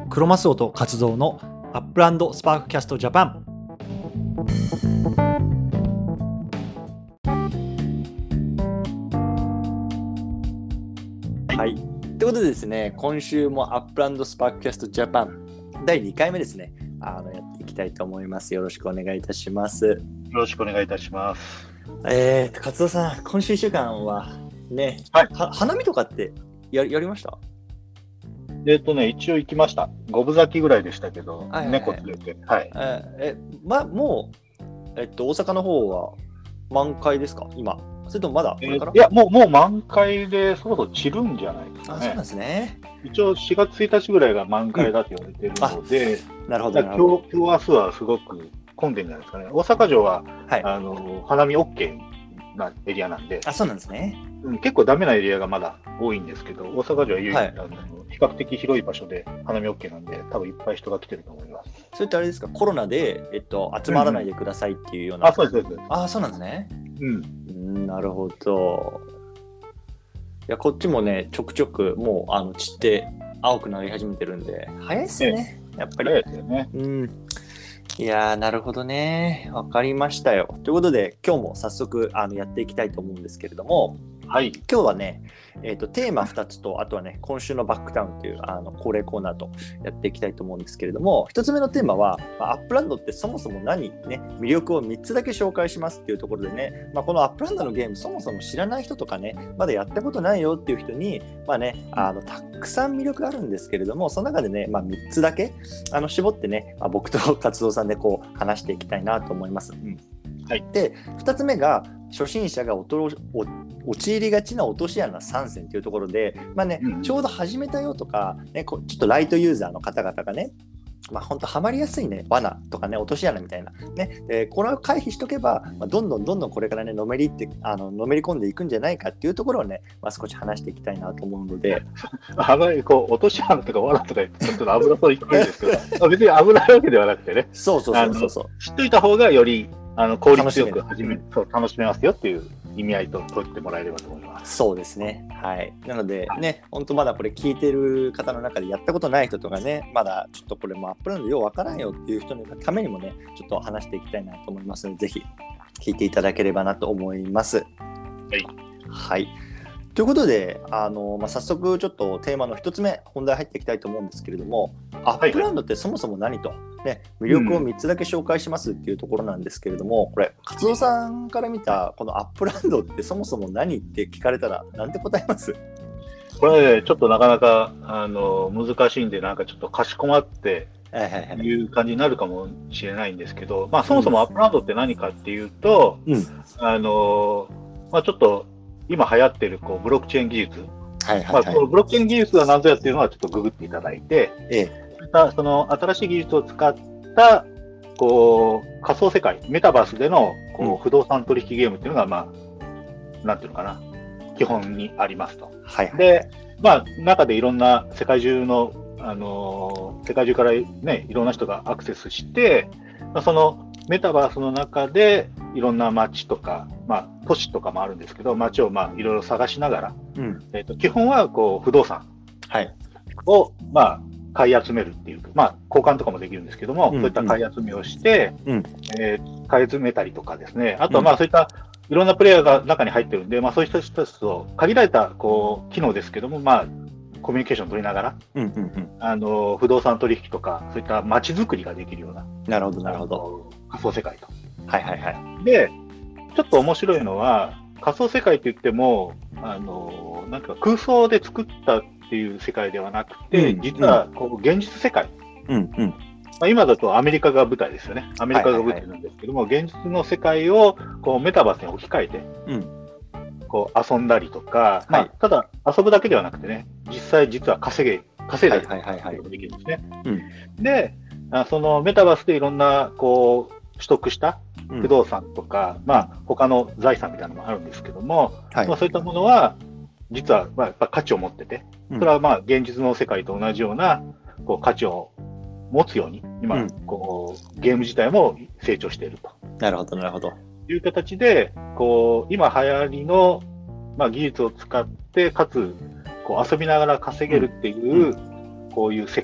クロマスオと活動のアップランドスパークキャストジャパン。はい。ということでですね、今週もアップランドスパークキャストジャパン第2回目ですね、やっていきたいと思います。よろしくお願いいたします。よろしくお願いいたします。 勝田さん、今週1週間はね、 はい、 花見とかってやりました？ 一応行きました。5分咲きぐらいでしたけど、 はいはいはい、 猫連れて。はい。 もう、大阪の方は満開ですか、今？それともまだこれから？ いや、もう満開で、そろそろ散るんじゃないですかね。 そうなんですね。 一応4月1日ぐらいが満開だと言われているので、 なるほど。 今日、明日はすごく混んでるんじゃないですかね。大阪城は、はい、花見 OK なエリアなんで。 そうなんですね。 結構ダメなエリアがまだ多いんですけど、大阪城は唯一、比較的広い場所で花見 OK なんで、多分いっぱい人が来てると思います。 それってあれですか、コロナで、集まらないでくださいっていうような。 そうです。 そうなんですね。なるほど。いや、こっちもね、ちょくちょくもう散って青くなり始めてるんで、早いっすよね、やっぱり。 早いですよね。 いやー、なるほどね。わかりましたよ。ということで、今日も早速やっていきたいと思うんですけれども、 はい、 今日はね、テーマ2つと、あとはね、今週のバックタウンという恒例コーナーとやっていきたいと思うんですけれども、1つ目のテーマは、アップランドってそもそも何、ね、魅力を3つだけ紹介しますっていうところでね、このアップランドのゲーム、そもそも知らない人とかね、まだやったことないよっていう人に、たくさん魅力あるんですけれども、その中でね、3つだけ絞ってね、僕と活動さんでこう話していきたいなと思います。 はい、 で、2つ目が初心者が陥りがちな落とし穴3選というところで、ちょうど始めたよとか、ね、ちょっとライトユーザーの方々がね、本当ハマりやすいね、罠とかね、落とし穴みたいな、ね、これを回避しとけば、どんどんこれからね、のめり込んでいくんじゃないかっていうところをね、少し話していきたいなと思うので。 落とし穴とか罠とか言って、ちょっと危なそうに聞こえるんですけど、別に危ないわけではなくてね。 そう。 知っといた方がより効率よく楽しめますよっていう意味合いと取ってもらえればと思います。 そうですね。はい。なのでね、本当まだこれ聞いてる方の中でやったことない人とかね、まだちょっとこれもアップランドようわからんよっていう人のためにもね、ちょっと話していきたいなと思いますので、ぜひ聞いていただければなと思います。 はい。 はい。ということで、早速ちょっとテーマの一つ目、本題入っていきたいと思うんですけれども、アップランドってそもそも何と、ね、魅力を3つだけ紹介しますっていうところなんですけれども、これ、勝夫さんから見たこのアップランドってそもそも何って聞かれたら、なんて答えます？ これ、ね、ちょっとなかなか難しいんで、なんかちょっとかしこまっていう感じになるかもしれないんですけど、そもそもアップランドって何かっていうと、ちょっと今流行ってるブロックチェーン技術、このブロックチェーン技術は何ぞやっていうのはちょっとググっていただいて、その新しい技術を使った仮想世界、メタバースでの不動産取引ゲームっていうのが、なんていうのかな、基本にありますと。で、中でいろんな世界中からね、いろんな人がアクセスして、そのメタバースの中でいろんな街とか、都市とかもあるんですけど、街をいろいろ探しながら、基本は不動産を、買い集めるっていう、交換とかもできるんですけども、そういった買い集めをして、買い集めたりとかですね、あとはそういったいろんなプレイヤーが中に入ってるんで、そういった人たちと限られた機能ですけども、コミュニケーションを取りながら、不動産取引とか、そういった街づくりができるような、 なるほど仮想世界と。で、ちょっと面白いのは、仮想世界といっても、なんか空想で作ったっていう世界ではなくて、実は現実世界。今だとアメリカが舞台ですよね。アメリカが舞台なんですけども、現実の世界をメタバースに置き換えて、遊んだりとか、ただ遊ぶだけではなくてね、実は稼いだりとかできるんですね。で、そのメタバースでいろんな取得した不動産とか、他の財産みたいなのもあるんですけども、そういったものは実はやっぱ価値を持ってて、それは現実の世界と同じような価値を持つように今、ゲーム自体も成長していると。 なるほど。 いう形で今流行りの、技術を使ってかつ遊びながら稼げるっていう、こういう世界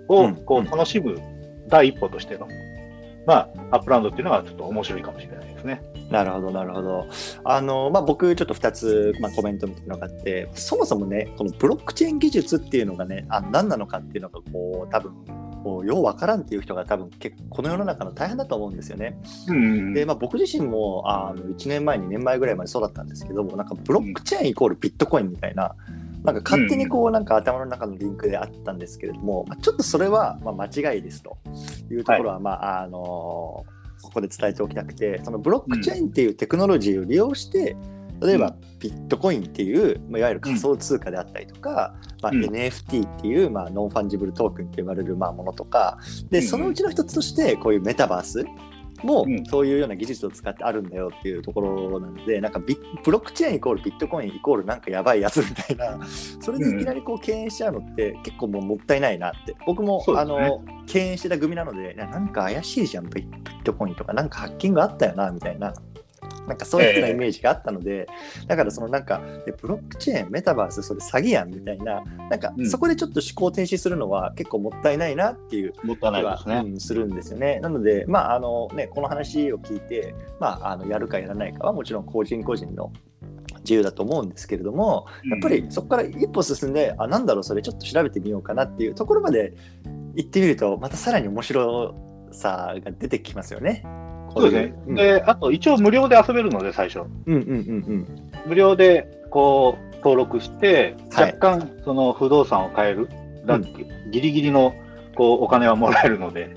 をこう楽しむ第一歩としての、アップランドっていうのはちょっと面白いかもしれないですね。 なるほど、なるほど。僕ちょっと2つ、コメントみたいなのがあって、そもそもね、このブロックチェーン技術っていうのがね、何なのかっていうのがこう多分ようわからんっていう人が多分結構この世の中の大変だと思うんですよね。で、僕自身も1年前2年前ぐらいまでそうだったんですけども、なんかブロックチェーンイコールビットコインみたいな、なんか勝手にこうなんか頭の中のリンクであったんですけれども、ちょっとそれは間違いですというところは、ここで伝えておきたくて、そのブロックチェーンっていうテクノロジーを利用して、例えばビットコインっていう、いわゆる仮想通貨であったりとか、NFT っていう、ノンファンジブルトークンって呼ばれるものとかで、そのうちの一つとしてこういうメタバースもそういうような技術を使ってあるんだよっていうところなので、なんかブロックチェーンイコールビットコインイコールなんかやばいやつみたいな、それでいきなりこう敬遠しちゃうのって結構もったいないなって、僕も、敬遠してた組なので、なんか怪しいじゃんビットコインとか、なんかハッキングあったよなみたいな、なんかそういうふうなイメージがあったので、だからそのなんかブロックチェーンメタバースそれ詐欺やんみたいな、なんかそこでちょっと思考停止するのは結構もったいないなっていう気はするんですよね。なのでこの話を聞いてやるかやらないかはもちろん個人個人の自由だと思うんですけれども、やっぱりそこから一歩進んでなんだろうそれちょっと調べてみようかなっていうところまで行ってみると、またさらに面白さが出てきますよね。 そうですね。で、あと一応無料で遊べるので最初。無料でこう登録して、若干その不動産を買える、ギリギリのこうお金はもらえるので、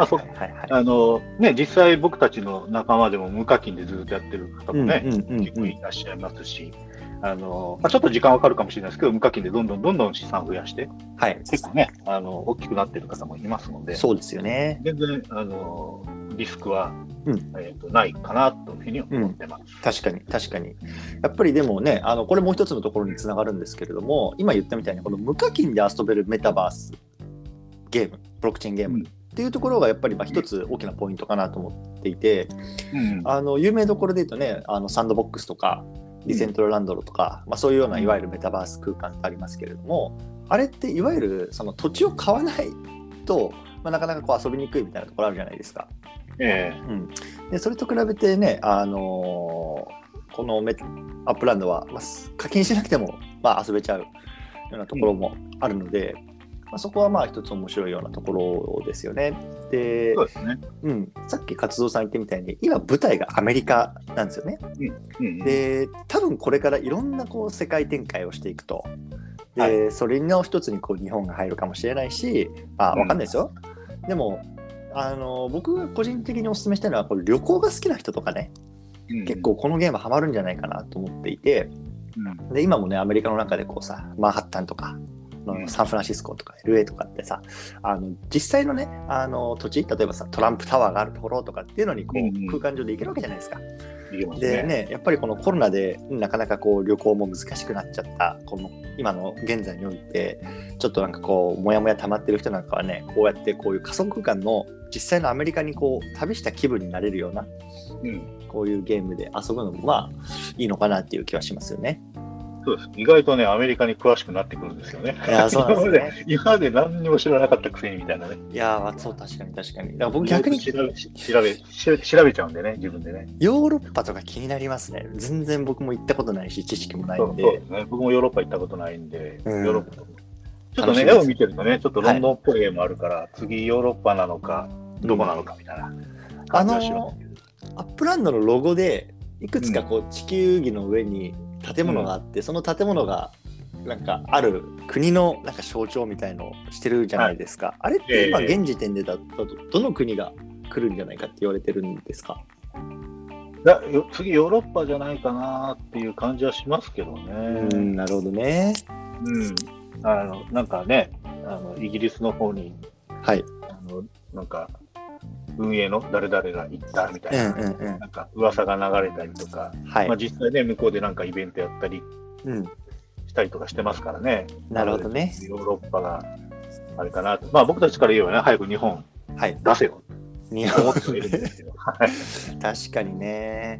実際僕たちの仲間でも無課金でずっとやってる方もね、結構いらっしゃいますし、ちょっと時間はかかるかもしれないですけど、無課金でどんどん資産を増やして、結構ね、大きくなってる方もいますので、 そうですよね。 全然リスクは、ないかなというふうに思ってます。 確かに。やっぱりでもね、これもう一つのところにつながるんですけれども、今言ったみたいにこの無課金で遊べるメタバースゲーム、ブロックチェーンゲームっていうところがやっぱり一つ大きなポイントかなと思っていて、有名どころで言うとね、サンドボックスとかディセントラランドとか、そういうようないわゆるメタバース空間ってありますけれども、あれっていわゆるその土地を買わないと、なかなかこう遊びにくいみたいなところあるじゃないですか。でそれと比べてね、このアップランドは、課金しなくても、遊べちゃうようなところもあるので、そこは一つ面白いようなところですよね。で、 そうですね。 さっき勝三さん言ってみたいに今舞台がアメリカなんですよね。で多分これからいろんなこう世界展開をしていくと。で、それの一つにこう日本が入るかもしれないし、わかんないですよ。でも僕が個人的にお勧めしたいのはこれ旅行が好きな人とかね、結構このゲームハマるんじゃないかなと思っていて、で今もねアメリカの中でこうさ、マンハッタンとかサンフランシスコとか LA とかってさ、実際のね土地、例えばさトランプタワーがあるところとかっていうのにこう、空間上で行けるわけじゃないですか。でね、やっぱりこのコロナでなかなかこう旅行も難しくなっちゃったこの今の現在において、ちょっとなんかこうモヤモヤ溜まってる人なんかはね、こうやってこういう仮想空間の実際のアメリカにこう旅した気分になれるような、こういうゲームで遊ぶのもいいのかなっていう気はしますよね。 そうです。意外とね、アメリカに詳しくなってくるんですよね。 いや、そうなんですね。 今まで何にも知らなかったくせにみたいなね。 いや、そう、確かに。だから僕逆に調べちゃうんでね、自分でね。 ヨーロッパとか気になりますね。全然僕も行ったことないし、知識もないんで。 そうですね。僕もヨーロッパ行ったことないんで、ヨーロッパとちょっとね、絵を見てるとね、ちょっとロンドンっぽい絵もあるから、次ヨーロッパなのか、どこなのかみたいな感じがしますけど。 アップランドのロゴで、いくつかこう地球儀の上に建物があって、その建物がなんかある国のなんか象徴みたいのをしてるじゃないですか。あれって今現時点でだとどの国が来るんじゃないかって言われてるんですか？ 次ヨーロッパじゃないかなっていう感じはしますけどね。 なるほどね。 なんかね、イギリスの方に、なんか運営の誰々が行ったみたいな、なんか噂が流れたりとか、実際ね、向こうでなんかイベントやったりしたりとかしてますからね。 なるほどね。 ヨーロッパがあれかなと。僕たちから言えばね、早く日本出せよ。 日本確かにね。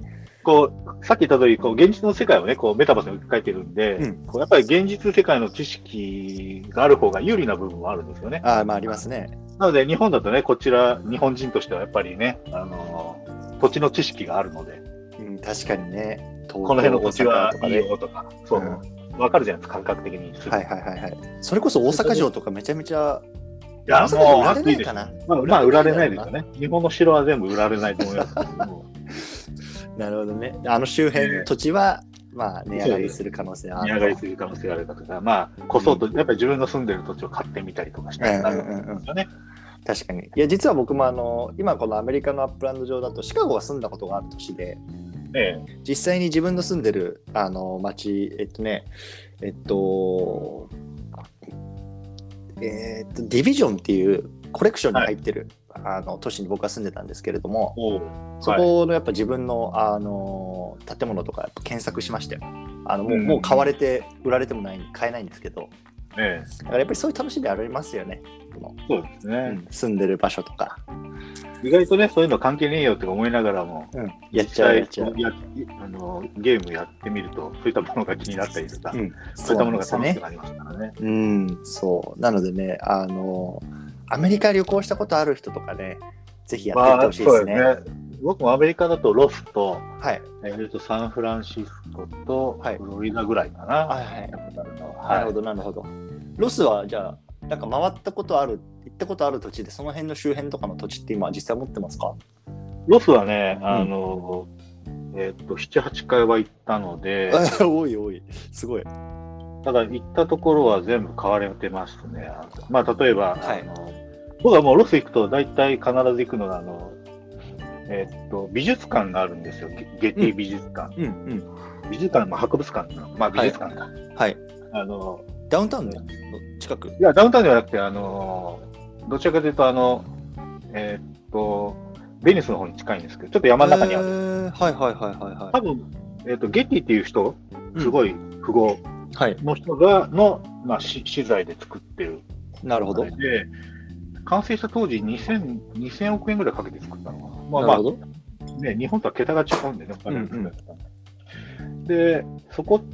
こう、さっき言った通り、こう、現実の世界をね、こう、メタバースに置き換えてるんで、こうやっぱり現実世界の知識がある方が有利な部分はあるんですよね。 ありますね。 なので、日本だとね、こちら、日本人としてはやっぱりね、土地の知識があるので、 確かにね、 この辺の土地はいいよとか、そう、わかるじゃないですか、感覚的に。 はいはいはいはい。それこそ大阪城とかめちゃめちゃ、 いや、もう、 売られないかな。 まあ、売られないですよね。日本の城は全部売られないと思いますけども。 なるほどね。周辺土地は、まあ、値上がりする可能性はある。 値上がりする可能性があるかとか、まあ、こそっと、やっぱり自分の住んでる土地を買ってみたりとかしてなるんですよね。 確かに。いや、実は僕も今このアメリカのアップランド上だと、シカゴは住んだことがある都市で、実際に自分の住んでる町、ディビジョンっていうコレクションに入ってる、都市に僕は住んでたんですけれども、そこのやっぱ自分の、建物とかやっぱ検索しましたよ。もう買われて売られてもない買えないんですけど、だからやっぱりそういう楽しみありますよね。 そうですね、 住んでる場所とか。 意外とね、そういうの関係ねえよって思いながらも、 やっちゃう。 ゲームやってみると、そういったものが気になったりとか、そういったものが楽しくなりますからね。 そう。なのでね、アメリカ旅行したことある人とかね、ぜひやってみてほしいですね。 僕もアメリカだとロスと、サンフランシスコとフロリダぐらいかな。 なるほど、なるほど。ロスはじゃあ、なんか行ったことある土地で、その辺の周辺とかの土地って今実際持ってますか？ ロスはね、7、8回は行ったので。 多い、すごい。 ただ行ったところは全部買われてますね。まあ例えば、僕はもうロス行くと大体必ず行くのが美術館があるんですよ。ゲティ美術館。美術館、博物館の、美術館か。 ダウンタウンの近く？ いや、ダウンタウンではなくて、どちらかというと、ベニスの方に近いんですけど、ちょっと山の中にある。多分、ゲティっていう人、すごい富豪の人の資材で作ってる。 なるほど。 で、完成した当時2000億円ぐらいかけて作ったのかな。 なるほど。 ね、日本とは桁が違うんでね、で、そこって、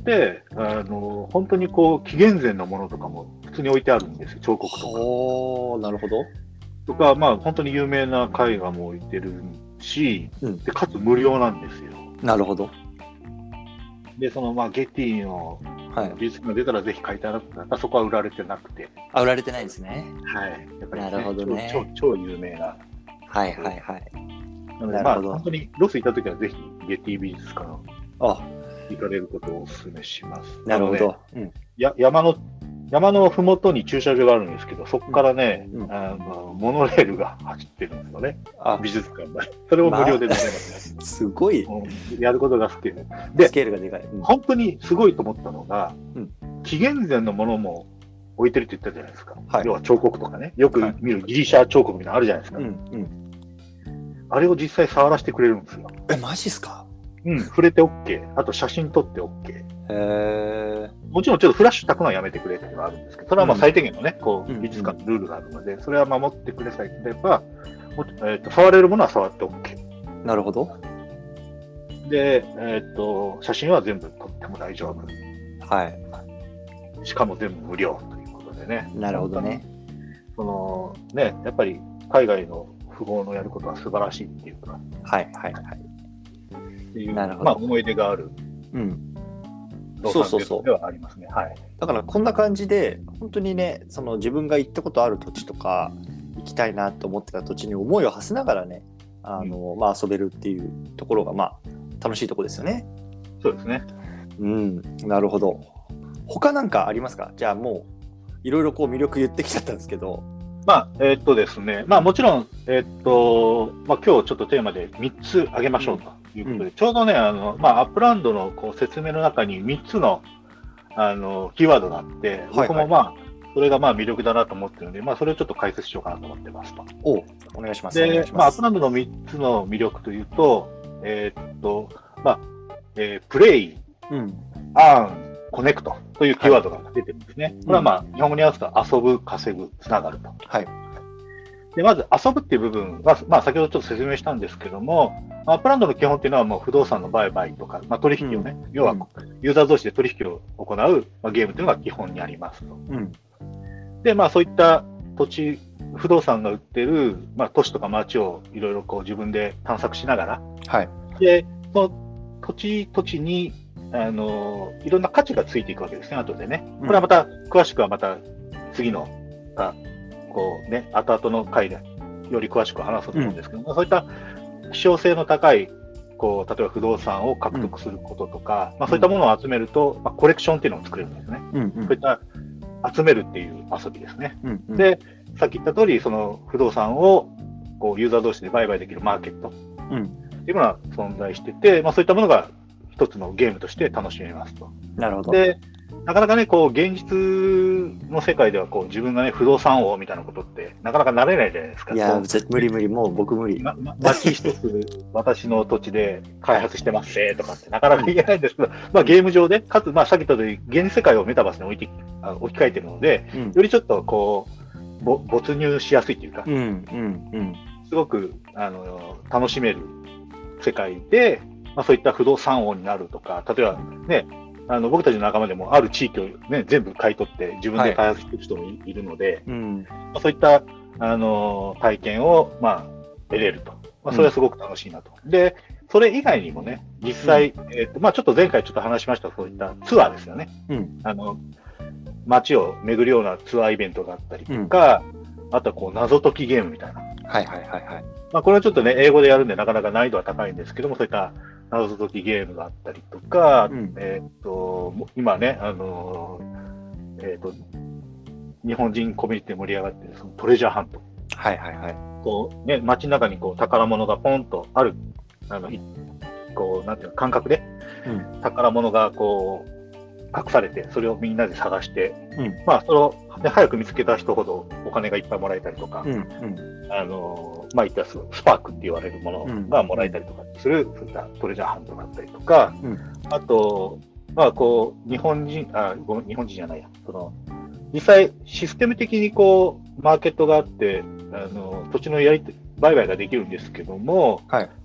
本当にこう、紀元前のものとかも普通に置いてあるんですよ、彫刻とか。 なるほど。 とか、本当に有名な絵画も置いてるし、でかつ無料なんですよ。 なるほど。 で、ゲティの美術館が出たらぜひ買いたいなと思ったら、そこは売られてなくて。 売られてないですね。 やっぱり、 なるほどね。 超有名な。なので、本当にロス行った時はぜひゲティ美術館行かれることをお勧めします。 なるほど。 山のふもとに駐車場があるんですけど、そこからね、モノレールが走ってるんですよね。美術館が。それも無料で見れますね。 すごい。 やることが好きで。 スケールがでかい。 本当にすごいと思ったのが、紀元前のものも置いてるって言ったじゃないですか。要は彫刻とかね。よく見るギリシャ彫刻みたいなのあるじゃないですか。あれを実際触らせてくれるんですよ。 マジっすか？ 触れて OK。あと写真撮って OK。もちろんちょっとフラッシュ焚くのはやめてくれっていうのがあるんですけど、それは最低限のね、美術館のルールがあるので、それは守ってくれさえすれば、触れるものは触って OK。 なるほど。 で、写真は全部撮っても大丈夫。しかも全部無料ということでね。 なるほどね。 やっぱり海外の富豪のやることは素晴らしいっていうか。っていう、思い出がある。そうではありますね。 だからこんな感じで本当にね、自分が行ったことある土地とか行きたいなと思ってた土地に思いを馳せながらね、遊べるっていうところが楽しいところですよね。 そうですね。 なるほど。他なんかありますか？じゃあもういろいろ魅力言ってきちゃったんですけど。 ですね。もちろん今日ちょっとテーマで3つ挙げましょうということで、ちょうどね、アップランドの説明の中に3つのキーワードがあって、僕もそれが魅力だなと思ってるので、それをちょっと解説しようかなと思ってますと。 お願いします。 で、アップランドの3つの魅力というと、プレイ、アーン、コネクトというキーワードが出てるんですね。これは日本語に合わせた遊ぶ、稼ぐ、つながると。で、まず遊ぶっていう部分は、先ほどちょっと説明したんですけども、 アップランドの基本っていうのはもう不動産の売買とか、取引をね、要はユーザー同士で取引を行う、ゲームというのが基本にありますと。で、そういった不動産が売ってる、都市とか町をいろいろこう自分で探索しながら、 はい、 で、その土地にいろんな価値がついていくわけですね、後でね。これはまた、詳しくはまた次の、後々の回でより詳しく話そうと思うんですけど、そういった希少性の高い、例えば不動産を獲得することとか、そういったものを集めると、コレクションっていうのを作れるんですね。そういった集めるっていう遊びですね。で、さっき言った通り、その不動産をユーザー同士で売買できるマーケットっていうのが存在してて、そういったものが一つのゲームとして楽しめますと。 なるほど。 で、なかなかね、現実の世界では自分がね、不動産王みたいなことってなかなかなれないじゃないですか。 いや、無理、もう僕無理。 町一つ私の土地で開発してますねとかってなかなか言えないんですけど、ゲーム上で、かつ、さっき言った通り、現実世界をメタバースに置き換えてるので、よりちょっと没入しやすいというか、すごく楽しめる世界で、そういった不動産王になるとか、例えばね、僕たちの仲間でもある地域を、ね、全部買い取って自分で開発している人もいるので、そういった体験を、得れると、それはすごく楽しいなと。で、それ以外にもね、実際、ちょっと前回ちょっと話しました、そういったツアーですよね。街を巡るようなツアーイベントがあったりとか、あとは謎解きゲームみたいな。これはちょっとね、英語でやるんでなかなか難易度は高いんですけども、そういった謎解きゲームがあったりとか、今ね、日本人コミュニティで盛り上がっているそのトレジャーハント。街の中に宝物がポンとある、なんていうの、感覚で、宝物が隠されて、それをみんなで探して、それを、早く見つけた人ほどお金がいっぱいもらえたりとか、言ったスパークって言われるものがもらえたりとかする、そういったトレジャーハントがあったりとか、あと、日本人じゃないや、実際システム的にマーケットがあって、土地の売買ができるんですけども、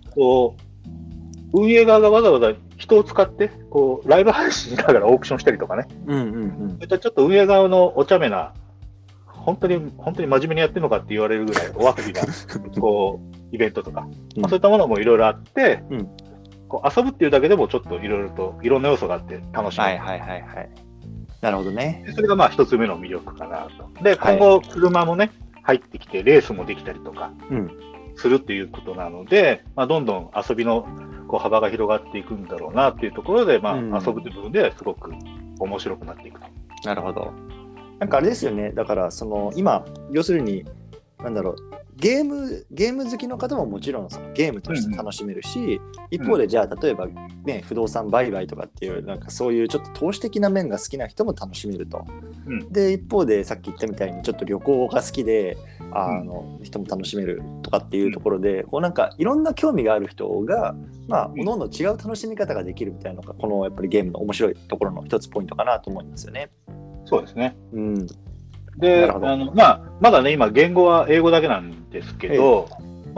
運営側がわざわざ人を使って、ライブ配信しながらオークションしたりとかね。そういったちょっと運営側のお茶目な、本当に真面目にやってるのかって言われるぐらいお遊びな、イベントとか、そういったものもいろいろあって、遊ぶっていうだけでもちょっといろんな要素があって楽しめる。 なるほどね。 それが一つ目の魅力かなと。で、今後車もね、入ってきてレースもできたりとかするっていうことなので、どんどん遊びの幅が広がっていくんだろうなっていうところで、遊ぶという部分ではすごく面白くなっていくと。 なるほど。なんかあれですよね。だから今要するにゲーム好きの方ももちろんゲームとして楽しめるし、一方でじゃあ例えばね、不動産売買とかっていうなんかそういうちょっと投資的な面が好きな人も楽しめると。で一方でさっき言ったみたいにちょっと旅行が好きで人も楽しめるとかっていうところで、なんかいろんな興味がある人が各々違う楽しみ方ができるみたいなのがこのやっぱりゲームの面白いところの一つポイントかなと思いますよね。 そうですね。で、まだね、今、言語は英語だけなんですけど、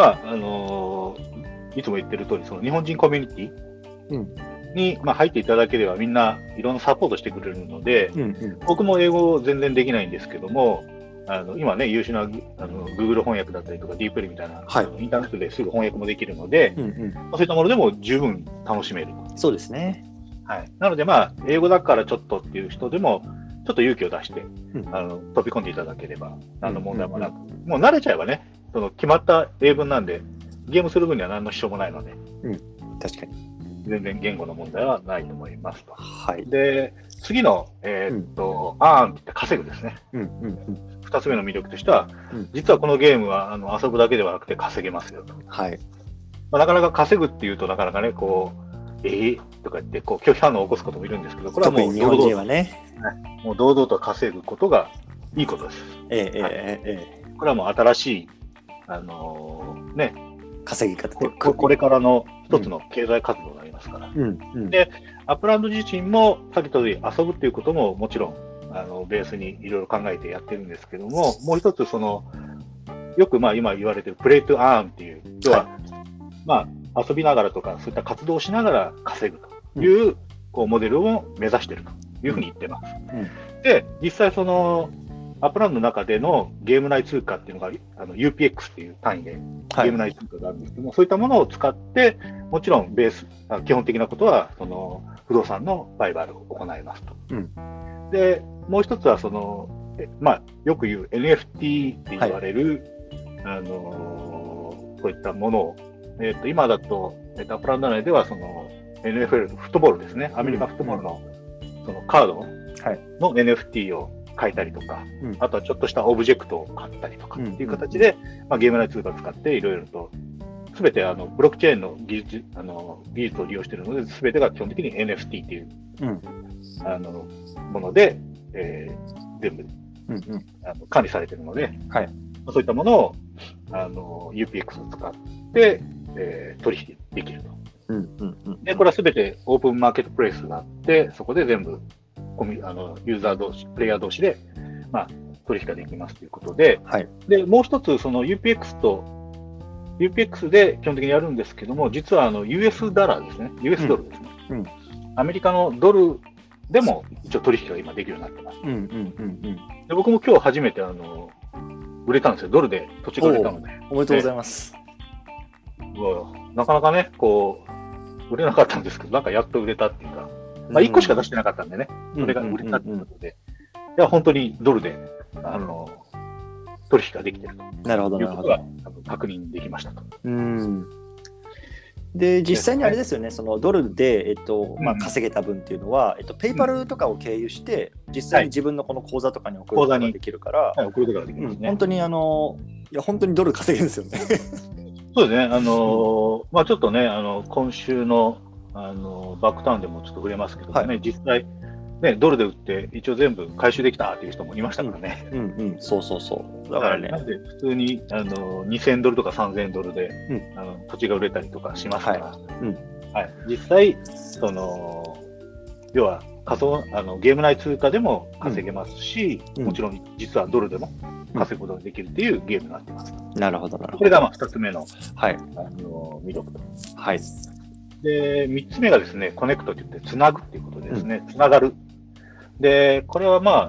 いつも言ってる通り、その日本人コミュニティに、入っていただければ、みんないろんなサポートしてくれるので、僕も英語全然できないんですけども、今ね、優秀なGoogle 翻訳だったりとか、DeepL みたいな、インターネットですぐ翻訳もできるので、そういったものでも十分楽しめる。 そうですね。 なので、英語だからちょっとっていう人でも、ちょっと勇気を出して、飛び込んでいただければ、何の問題もなく、もう慣れちゃえばね、決まった英文なんで、ゲームする分には何の支障もないので、 確かに。 全然言語の問題はないと思いますと。で、次の、アーンって言って稼ぐですね。2つ目の魅力としては、実はこのゲームは遊ぶだけではなくて稼げますよと。なかなか稼ぐっていうとなかなかね、とか言って拒否反応を起こすこともいるんですけど、これはもう日本人はね、 もう堂々と稼ぐことがいいことです。これはもう新しい稼ぎ方これからの一つの経済活動になりますから。で、アップランド自身もさっき言った通り遊ぶっていうことももちろんベースにいろいろ考えてやってるんですけども、もう一つよく今言われてるプレイトゥアーンっていう、要は遊びながらとか、そういった活動をしながら稼ぐという、こうモデルを目指しているというふうに言ってます。で、実際そのアップランドの中でのゲーム内通貨っていうのがUPX っていう単位でゲーム内通貨があるんですけども、そういったものを使って、もちろん基本的なことはその不動産の売買を行いますと。で、もう一つはその、よく言う NFT って言われる、そういったものを、今だと、アップランド内ではその NFL フットボールですね、アメリカフットボールのそのカードの NFT を買いたりとか、あとはちょっとしたオブジェクトを買ったりとかっていう形で、ゲーム内通貨を使っていろいろと、すべてブロックチェーンの技術を利用しているので、すべてが基本的に NFT っていう、もので、全部、管理されているので、そういったものをUPX を使って、取引できると。で、これはすべてオープンマーケットプレイスがあって、そこで全部ユーザー同士、プレイヤー同士で、取引ができますということで、で、もう一つ、その UPX で基本的にやるんですけども、実はUS ダラーですね、US ドルですね。アメリカのドルでも一応取引が今できるようになってます。で、僕も今日初めて売れたんですよ、ドルで土地が売れたので。 おめでとうございます。 なかなかね、こう、売れなかったんですけど、なんかやっと売れたっていうか、1個しか出してなかったんでね、それが売れたっていうことで、いや、本当にドルで、取引ができているということが確認できましたと。 で、実際にあれですよね、そのドルで、稼げた分っていうのは、ペイパルとかを経由して、実際に自分のこの口座とかに送ることができるから、 送ることができますね。 本当に本当にドル稼げるんですよね。 そうですね、ちょっとね、今週のバックタウンでもちょっと触れますけどね、実際、ね、ドルで売って、一応全部回収できたっていう人もいましたからね。 そうそうそう。だからね。 なんで、普通に2000ドルとか3000ドルで、土地が売れたりとかしますから、実際、要はゲーム内通貨でも稼げますし、もちろん実はドルでも稼ぐことができるっていうゲームになってます。 なるほど、なるほど。 これが2つ目の魅力と。で、3つ目がですね、コネクトといってつなぐっていうことですね、つながる。で、これ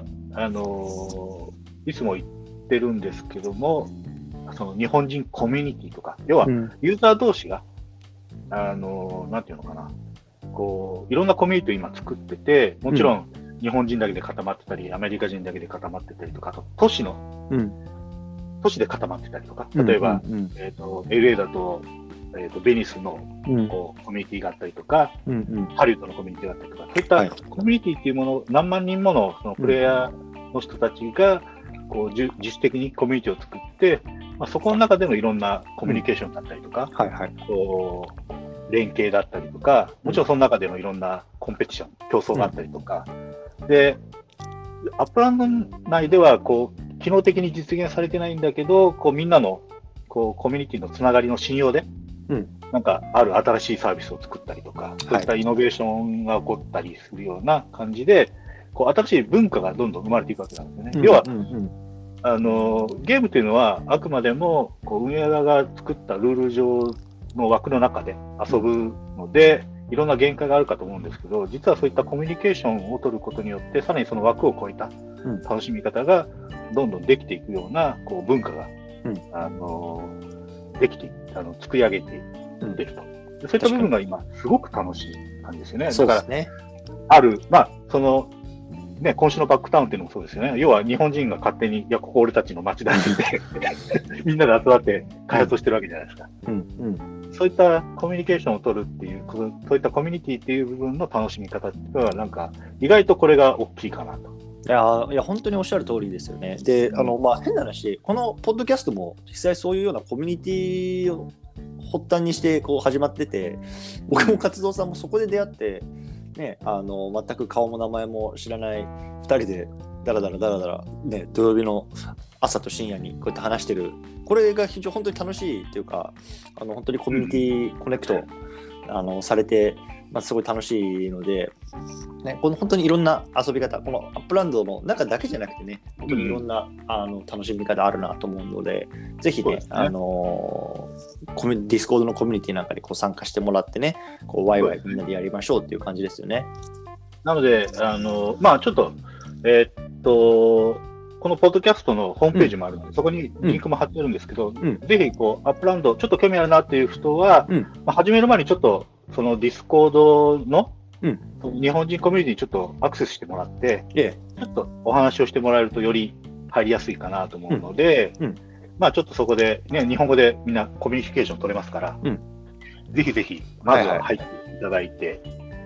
はいつも言ってるんですけども、その日本人コミュニティとか、要はユーザー同士が、なんていうのかな、こう、いろんなコミュニティを今作ってて、もちろん日本人だけで固まってたり、アメリカ人だけで固まってたりとか、あと都市で固まってたりとか、例えば、LA だと、ベニスのこうコミュニティがあったりとか、ハリウッドのコミュニティがあったりとか、そういったコミュニティっていうものを何万人ものそのプレイヤーの人たちがこう自主的にコミュニティを作って、そこの中でのいろんなコミュニケーションだったりとか、こう連携だったりとか、もちろんその中でのいろんなコンペティション、競争があったりとか、で、アップランド内ではこう機能的に実現されてないんだけど、こうみんなのこうコミュニティのつながりの信用で、なんかある新しいサービスを作ったりとか、そういったイノベーションが起こったりするような感じで、こう新しい文化がどんどん生まれていくわけなんですよね。要は、ゲームというのはあくまでもこう運営側が作ったルール上の枠の中で遊ぶので、いろんな限界があるかと思うんですけど、実はそういったコミュニケーションを取ることによって、さらにその枠を超えた楽しみ方がどんどんできていくようなこう文化が、できて作り上げていってると。そういった部分が今、すごく楽しい感じですよね。だから、ある、今週のバックタウンっていうのもそうですよね。要は日本人が勝手に、いや、ここ俺たちの街だってみんなで集まって開発をしてるわけじゃないですか。そういったコミュニケーションを取るっていう、そういったコミュニティっていう部分の楽しみ方っていうのは、なんか、意外とこれが大きいかなと。 いや本当におっしゃる通りですよね。で、変な話、このポッドキャストも実際そういうようなコミュニティを発端にしてこう始まってて、僕も活動さんもそこで出会って、ね、全く顔も名前も知らない2人でだらだら、ね、土曜日の朝と深夜にこうやって話してる、これが非常に本当に楽しいっていうか、本当にコミュニティコネクト、されて、すごい楽しいので、ね、この本当にいろんな遊び方、このアップランドの中だけじゃなくてね、本当にいろんな、楽しみ方あるなと思うので、ぜひね、 ディスコードのコミュニティなんかにこう参加してもらってね、こうワイワイみんなでやりましょうっていう感じですよね。 なので、まあちょっと、このポッドキャストのホームページもあるので、そこにリンクも貼ってるんですけど、ぜひこうアップランドちょっと興味あるなっていう人は、まあ、始める前にちょっとそのディスコードの、日本人コミュニティにちょっとアクセスしてもらって、ちょっとお話をしてもらえるとより入りやすいかなと思うので、まあちょっとそこで、ね、日本語でみんなコミュニケーション取れますから、ぜひぜひまずは入っていただいて、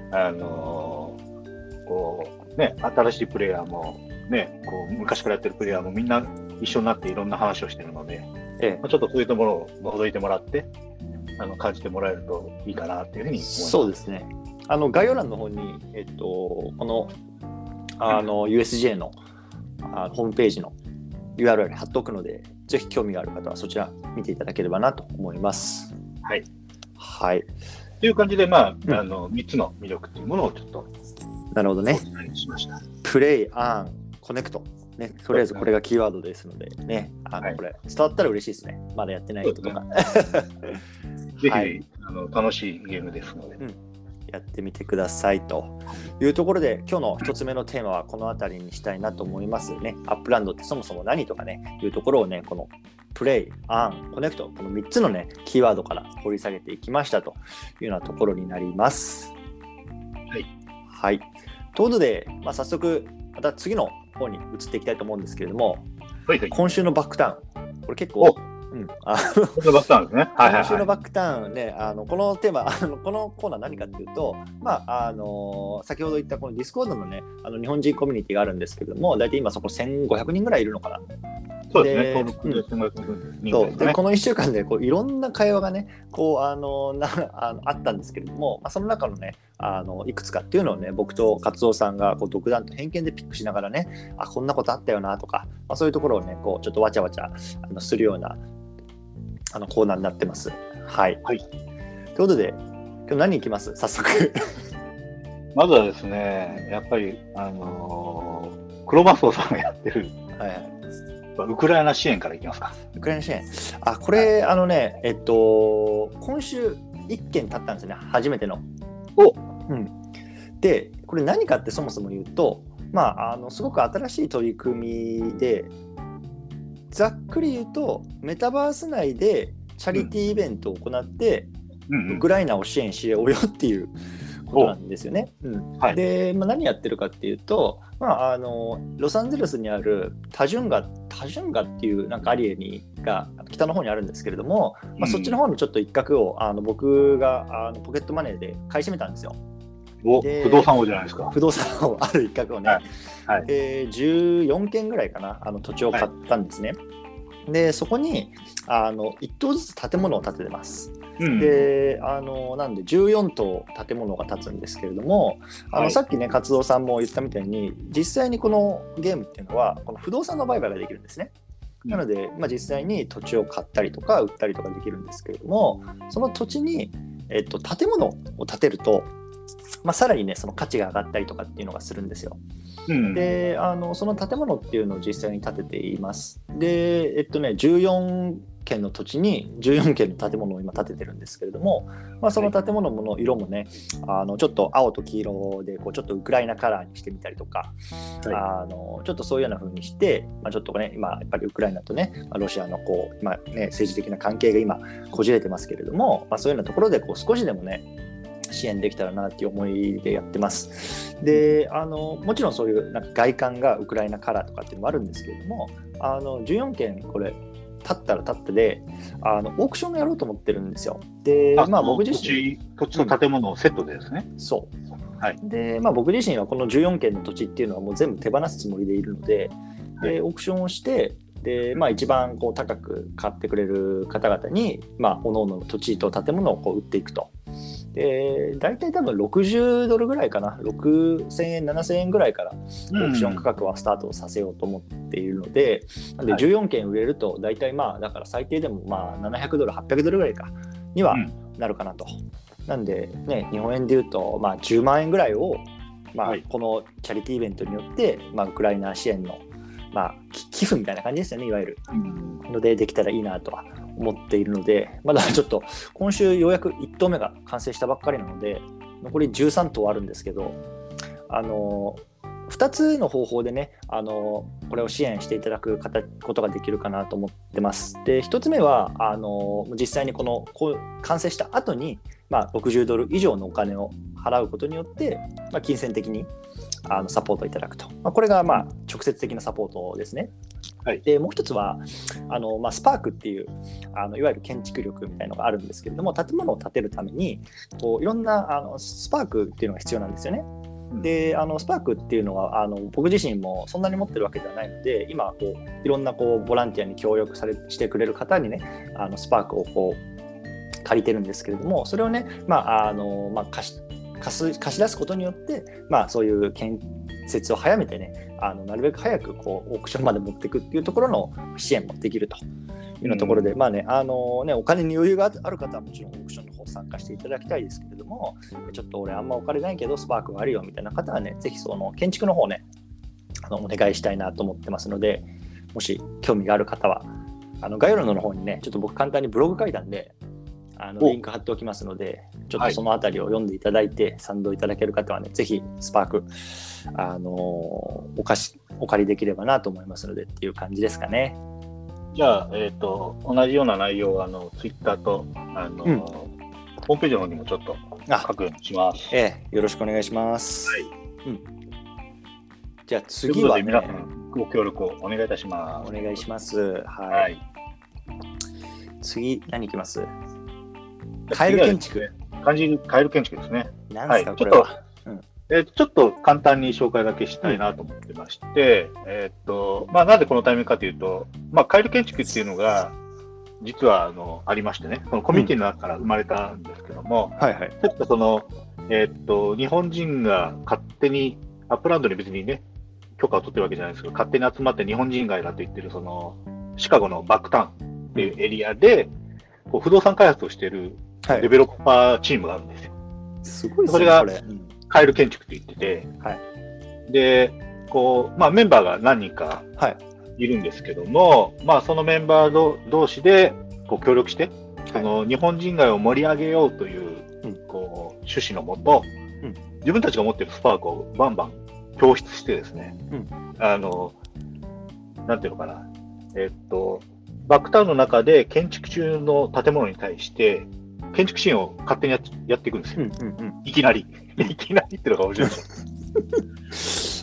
こうね、新しいプレイヤーも、ね、こう昔からやってるプレイヤーもみんな一緒になっていろんな話をしてるので、まあ、ちょっとそういうところを覗いてもらって感じてもらえるといいかなというふうに思います。 そうですね。概要欄の方に、このUSJ のホームページの URL 貼っておくので、ぜひ興味がある方はそちら見ていただければなと思います。 はい。 はい。 という感じで、まあ3つの魅力というものをちょっとなるほどね。 しました。 プレイ、アン、コネクト。ね、とりあえずこれがキーワードですので、ね、これ伝わったら嬉しいですね。まだやってない人とか。 ぜひ、楽しいゲームですので。 やってみてくださいというところで、今日の一つ目のテーマはこのあたりにしたいなと思いますね。アップランドってそもそも何とかね、いうところをね、このプレイ、アン、コネクト、この3つのね、キーワードから掘り下げていきましたというようなところになります。 はい。 はい。ということで、早速、また次の方に移っていきたいと思うんですけれども、今週のバックタウン、これ結構、 今週のバックタウンですね。 今週のバックタウンね、このテーマ、このコーナー何かっていうと、先ほど言ったこのディスコードのね、日本人コミュニティがあるんですけれども、大体今そこ1500人ぐらいいるのかな。 そうですね。 でこの1週間でこういろんな会話がね、こうあったんですけれども、その中のね、いくつかっていうのをね、僕と勝夫さんがこう独断と偏見でピックしながらね、こんなことあったよなとか、そういうところをね、こうちょっとわちゃわちゃするようなコーナーになってます。はい。ということで、今日何いきます？早速。 まずはですね、やっぱりクロマストさんがやってる。ウクライナ支援からいきますか。 ウクライナ支援。これ、今週1件経ったんですよね、初めての。で、これ何かってそもそも言うと、すごく新しい取り組みで、ざっくり言うと、メタバース内でチャリティーイベントを行って、ウクライナを支援しようよっていうことなんですよね。で、何やってるかっていうと、ロサンゼルスにあるタジュンガっていうなんかアリエニが北の方にあるんですけれども、そっちの方のちょっと一角を僕がポケットマネーで買い占めたんですよ。 不動産王じゃないですか。 不動産王ある一角をね、14軒ぐらいかな、土地を買ったんですね。でそこに1棟ずつ建物を建ててます。でなんで14棟建物が建つんですけれども、さっきね勝夫さんも言ったみたいに、実際にこのゲームっていうのはこの不動産の売買ができるんですね。なので、実際に土地を買ったりとか売ったりとかできるんですけれども、その土地に、建物を建てると、さらにねその価値が上がったりとかっていうのがするんですよ。でその建物っていうのを実際に建てています。で14軒の土地に14軒の建物を今建ててるんですけれども、その建物の色もねちょっと青と黄色でこうちょっとウクライナカラーにしてみたりとか、ちょっとそういうような風にして、ちょっとね今やっぱりウクライナとねロシアのこう今ね政治的な関係が今こじれてますけれども、そういうようなところでこう少しでもね支援できたらなっていう思いでやってます。でもちろんそういうなんか外観がウクライナカラーとかっていうのもあるんですけれども、14件これ建ったら建ったでオークションをやろうと思ってるんですよ。で僕自身土地と建物をセットでですね。 そう、で僕自身はこの14件の土地っていうのはもう全部手放すつもりでいるので、オークションをしてで一番こう高く買ってくれる方々に各々の土地と建物をこう売っていくと。で大体多分$60ぐらいかな、6000円7000円ぐらいからオークション価格はスタートさせようと思っているので、なんで14件売れると大体だから最低でも$700、$800ぐらいかにはなるかなと。なんでね、日本円でいうと10万円ぐらいをこのチャリティーイベントによってウクライナ支援の寄付みたいな感じですよね、いわゆるのでできたらいいなとは思っているので、まだちょっと今週ようやく1棟目が完成したばっかりなので、残り13棟あるんですけど、2つの方法でね、これを支援していただくことができるかなと思ってます。で、1つ目は実際にこう完成した後に、60ドル以上のお金を払うことによって、金銭的にサポートいただくと、これが直接的なサポートですね。はい、でもう一つはスパークっていういわゆる建築力みたいなのがあるんですけれども、建物を建てるためにいろんなスパークっていうのが必要なんですよね。でスパークっていうのは僕自身もそんなに持ってるわけではないので、今いろんなボランティアに協力してくれる方にねスパークを借りてるんですけれども、それをね、貸し出すことによって、そういう建設を早めてねなるべく早くオークションまで持っていくっていうところの支援もできるというようなところで、お金に余裕がある方はもちろんオークションの方参加していただきたいですけれども、ちょっと俺あんまお金ないけどスパークがあるよみたいな方はね、ぜひその建築の方ねお願いしたいなと思ってますので、もし興味がある方は概要欄の方にね、ちょっと僕簡単にブログ書いたんでリンク貼っておきますので、ちょっとそのあたりを読んでいただいて、賛同いただける方はね、ぜひスパークお借りできればなと思いますのでっていう感じですかね。 じゃあ、同じような内容をツイッターとホームページの方にもちょっと書くようにします。 よろしくお願いします。 はい。 じゃあ次は、ね、 皆さんご協力をお願いいたします。 お願いします。はい。次何いきます？カエル建築。 カエル建築ですね。 何ですか、これは。 ちょっと簡単に紹介だけしたいなと思ってまして、なんでこのタイミングかというと、カエル建築っていうのが実はありましてね、そのコミュニティの中から生まれたんですけども、ちょっとその、日本人が勝手にアップランドに別にね許可を取ってるわけじゃないですけど、勝手に集まって日本人街だと言ってるそのシカゴのバックタウンっていうエリアで、不動産開発をしているデベロッパーチームがあるんですよ。 すごいですね。 それがカエル建築って言ってて、でメンバーが何人かいるんですけども、そのメンバー同士で協力して、その日本人街を盛り上げようという、趣旨のもと、自分たちが持っているスパークをバンバン供出してですね、なんていうのかな、バックタウンの中で建築中の建物に対して建築支援を勝手にやっていくんですよ。いきなりっていうのが面白いです。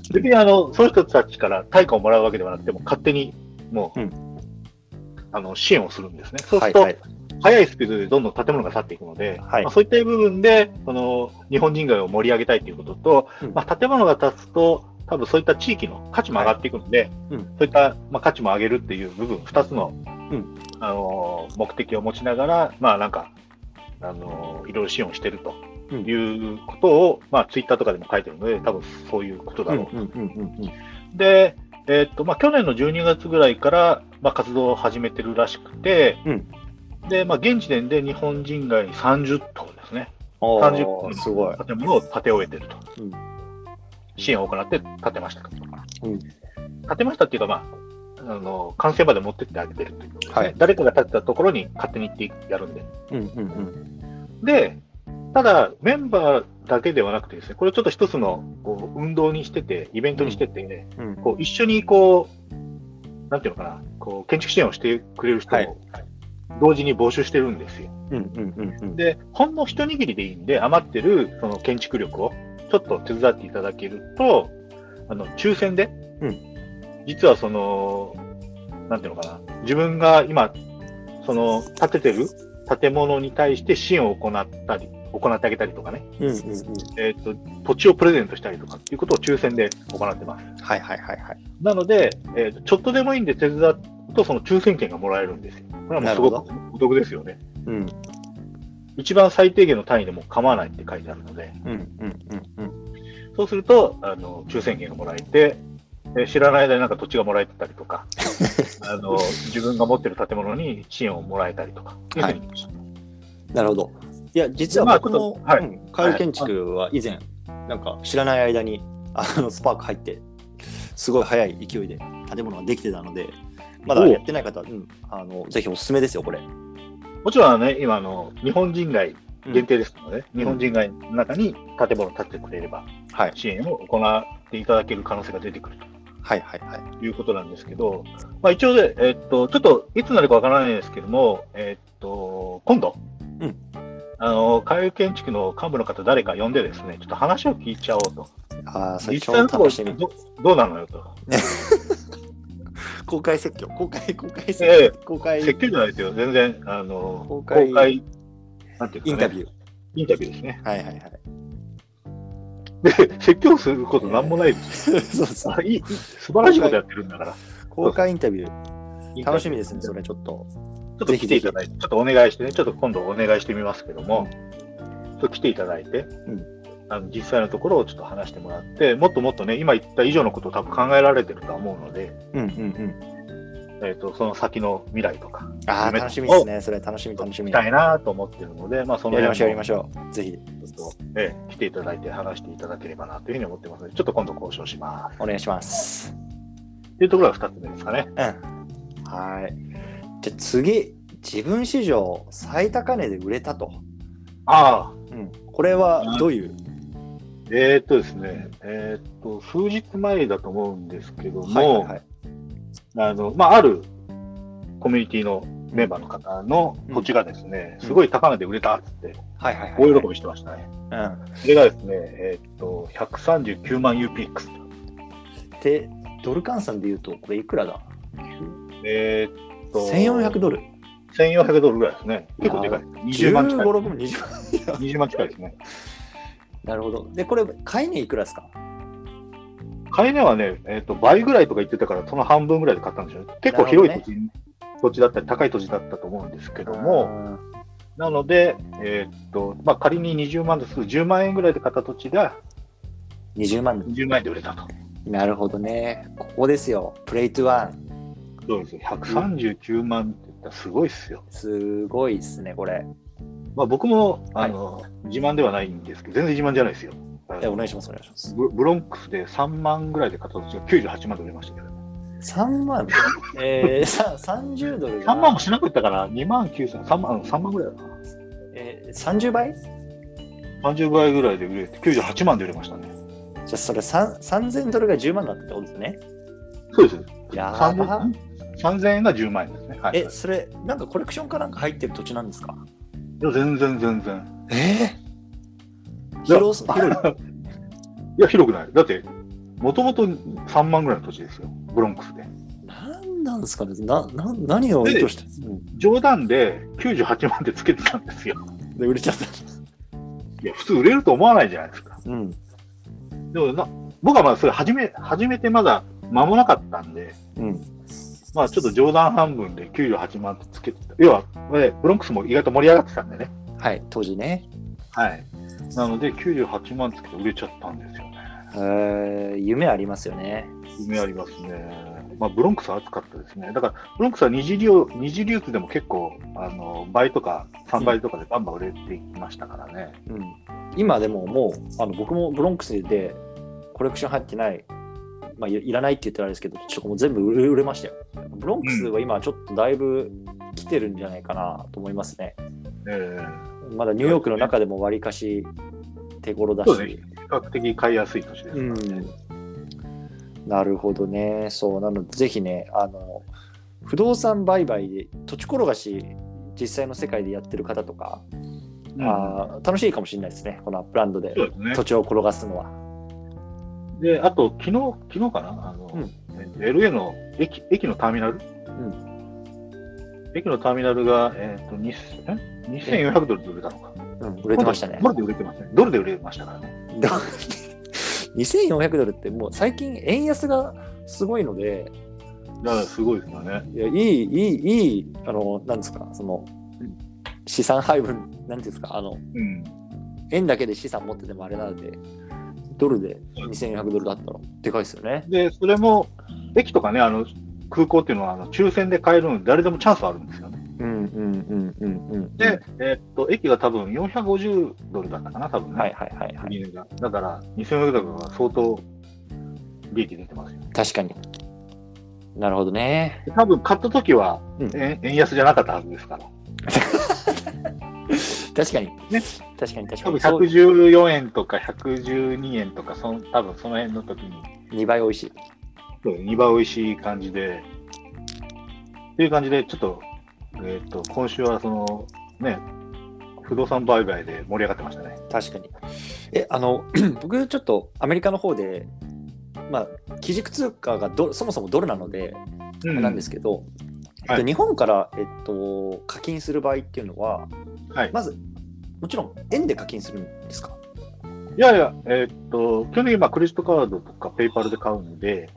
別にその人たちから対価をもらうわけではなくても、勝手にもう、支援をするんですね。そうすると、速いスピードでどんどん建物が去っていくので、そういった部分で日本人街を盛り上げたいということと、建物が建つと多分そういった地域の価値も上がっていくので、そういった、価値も上げるっていう部分、2つの、目的を持ちながら、いろいろ支援をしているということを、ツイッターとかでも書いてるので、多分そういうことだろうと。で、去年の12月ぐらいから、活動を始めてるらしくて、で、現時点で日本人街30棟ですね。30棟の建物を建て終えていると。支援を行って建てましたと。建てましたっていうか、完成まで持ってってあげてるということですね。誰かが建てたところに勝手に行ってやるんで。で、ただ、メンバーだけではなくてですね、これちょっと一つの運動にしてて、イベントにしてて、一緒になんていうのかな、建築支援をしてくれる人を同時に募集してるんですよ。で、ほんの一握りでいいんで、余ってるその建築力をちょっと手伝っていただけると、抽選で、実はなんていうのかな、自分が今、建ててる建物に対して支援を行ってあげたりとかね、土地をプレゼントしたりとかっていうことを抽選で行ってます。なので、ちょっとでもいいんで手伝うと、その抽選券がもらえるんですよ。これはもうすごくお得ですよね。一番最低限の単位でも構わないって書いてあるので、そうすると、抽選券がもらえて、知らない間に土地がもらえてたりとか、自分が持ってる建物に支援をもらえたりとか、 なるほど。いや、実は僕もカエル建築は以前、知らない間にスパーク入って、すごい速い勢いで建物ができてたので、 まだやってない方は、ぜひおすすめですよ、これ。 もちろんね、今日本人街限定ですので、日本人街の中に建物を建ててくれれば、支援を行っていただける可能性が出てくると。いうことなんですけど、一応で、ちょっといつになるかわからないですけども、今度、海遊建築の幹部の方誰か呼んでですね、ちょっと話を聞いちゃおうと。実際のところどうなのよと。 公開説教、公開説教じゃないですよ、全然、公開、なんていうかね、インタビューですね。で、説教することなんもないですよ。素晴らしいことやってるんだから。 公開インタビュー、楽しみですね、それちょっと。 ちょっと来ていただいて、ちょっとお願いしてね、ちょっと今度お願いしてみますけども、ちょっと来ていただいて、実際のところをちょっと話してもらって、もっともっとね、今言った以上のことを多分考えられてるとは思うので、その先の未来とか、 楽しみですね、それ楽しみ。 したいなと思ってるので、そのやりましょう。ぜひ。 来ていただいて話していただければなというふうに思ってますので、ちょっと今度交渉します。 お願いします。 というところが2つ目ですかね。 はい。じゃあ次、自分史上最高値で売れたと。これはどういう？ ですね、数日前だと思うんですけども、あるコミュニティのメンバーの方の土地がですね、すごい高値で売れたって、大喜びしてましたね。それがですね、139万 UPX。 で、ドル換算でいうと、これいくらだ？1400ドル。 1400ドルぐらいですね。結構でかい。20万近い。20万近いですね。 なるほど。で、これ、買い値いくらですか？ 買い値はね、倍ぐらいとか言ってたから、その半分ぐらいで買ったんでしょう。結構広い土地だったり、高い土地だったと思うんですけども、なので、仮に20万ですと、10万円ぐらいで買った土地が、 20万円で売れたと。 なるほどね。ここですよ。プレイトワン。 そうですよ。139万って言ったらすごいっすよ。 すごいっすね、これ。 僕も、自慢ではないんですけど、全然自慢じゃないですよ。 お願いします。 ブロンクスで3万ぐらいで買った土地が98万で売れましたけどね。 3万30ドルが。 3万もしなかったから、2万9000、3万ぐらいだな。 30倍 ?30 倍ぐらいで売れて、98万で売れましたね。 じゃあ、それ3000ドルが10万だったってことですね。 そうです。 3000 円が10万円ですね。 それ、なんかコレクションかなんか入ってる土地なんですか？ いや、全然。 広い。 いや、広くない。だって、もともと3万ぐらいの土地ですよ、ブロンクスで。 なんですかね、何を意図して。 冗談で98万でつけてたんですよ。 で、売れちゃった。 いや、普通売れると思わないじゃないですか。でも僕はそれ始めてまだ間もなかったんで、ちょっと冗談半分で98万ってつけてた。要は、ブロンクスも意外と盛り上がってたんでね。 当時ね。 なので、98万つけて売れちゃったんですよね。夢ありますよね。 夢ありますね。ブロンクスは暑かったですね。だから、ブロンクスは二次流通でも結構、倍とか3倍とかでバンバン売れていきましたからね。 今でももう、僕もブロンクスでコレクション入ってない、いらないって言ったらあれですけど、ちょっともう全部売れましたよ。ブロンクスは今ちょっとだいぶ来てるんじゃないかなと思いますね。まだニューヨークの中でもわりかし手頃だし。 比較的買いやすい土地ですからね。 なるほどね。そうなのでぜひね、不動産売買で土地転がし実際の世界でやってる方とか、楽しいかもしれないですね。このアップランドで土地を転がすのは。 で、あと昨日かな、LA の駅のターミナル、駅のターミナルが2400ドルで売れたのか。 売れてましたね。 ドルで売れてましたね。ドルで売れましたからね。 2400ドルってもう最近円安がすごいので、 すごいですよね。 いや、いいなんですか、その資産配分、なんていうんですか、円だけで資産持っててもあれなので、ドルで2400ドルだったらでかいですよね。 で、それも駅とかね、空港っていうのは抽選で買えるので誰でもチャンスあるんですよね。で、駅が多分450ドルだったかな、多分ね。だから2400ドルは相当利益出てますよ。 確かに。 なるほどね。 多分買った時は、円安じゃなかったはずですから。 確かに。 ね。 確かに。 多分114円とか112円とか、多分その辺の時に。 2倍美味しい。 そう、2倍美味しい感じで。っていう感じで、ちょっと、今週は不動産売買で盛り上がってましたね。 確かに。僕ちょっとアメリカの方で、基軸通貨がそもそもドルなので、なんですけど、日本から、課金する場合っていうのは、まず、もちろん円で課金するんですか？ いやいや、基本的にクレジットカードとかペイパルで買うので、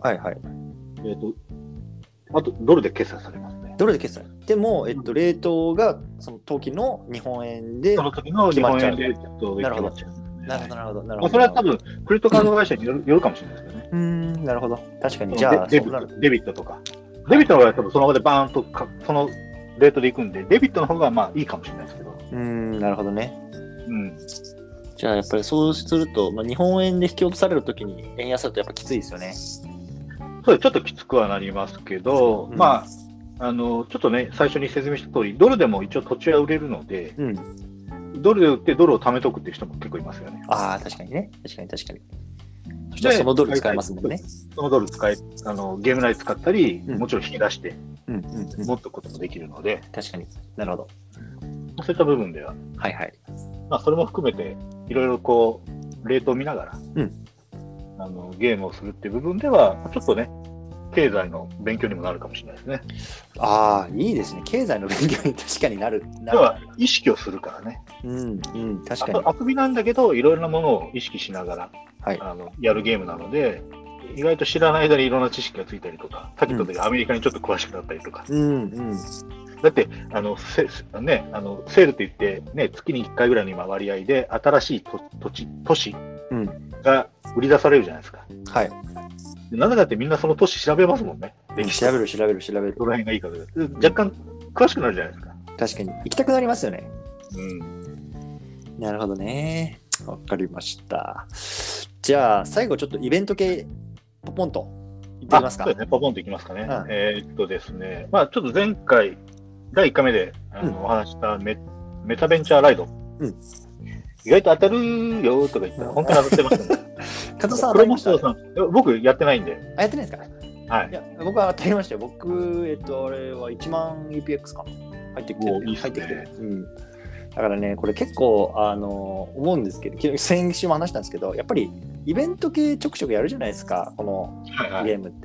あとドルで決済されますね。 ドルで決済。でも、レートがその時の日本円でその時の日本円で決まっちゃう。 なるほど。 それは多分、クレジットカード会社によるかもしれないですけどね。 なるほど。確かに。じゃあ、 デビットとか。デビットの場合は多分その場でバーンとそのレートでいくんで、デビットの方がいいかもしれないですけど。 なるほどね。じゃあやっぱりそうすると、日本円で引き落とされるときに円安だとやっぱきついですよね。 そう、ちょっときつくはなりますけど、ちょっとね、最初に説明した通り、ドルでも一応土地は売れるので、ドルで売ってドルを貯めとくっていう人も結構いますよね。 ああ、確かにね。確かに。そしたらそのドル使えますもんね。 そのドルゲーム内使ったり、もちろん引き出して、持っておくこともできるので。 確かに。なるほど。 そういった部分では。それも含めて、いろいろレートを見ながら、ゲームをするっていう部分では、ちょっとね、経済の勉強にもなるかもしれないですね。 ああ、いいですね。経済の勉強に確かになる。 要は意識をするからね。 確かに。 遊びなんだけど、いろいろなものを意識しながら、やるゲームなので、意外と知らない間にいろんな知識がついたりとか、さっき言った時アメリカにちょっと詳しくなったりとか。だって、セールって言って、ね、月に1回ぐらいの今割合で、新しい都市が売り出されるじゃないですか。なぜかってみんなその都市調べますもんね。 調べる。どの辺がいいかで。若干詳しくなるじゃないですか。 確かに。行きたくなりますよね。なるほどね。わかりました。じゃあ、最後ちょっとイベント系、ポポンといってみますか。 そうですね、ポポンといきますかね。ですね、ちょっと前回、第1回目でお話したメタベンチャーライド。意外と当たるよとか言ったら、本当に当たってましたね。 加藤さん当たりました？ 僕やってないんで。 やってないですか？いや、僕は当たりましたよ。僕、あれは1万 UPX か入ってきてる。だからね、これ結構、思うんですけど、先週も話したんですけど、やっぱりイベント系ちょくちょくやるじゃないですか、このゲームって。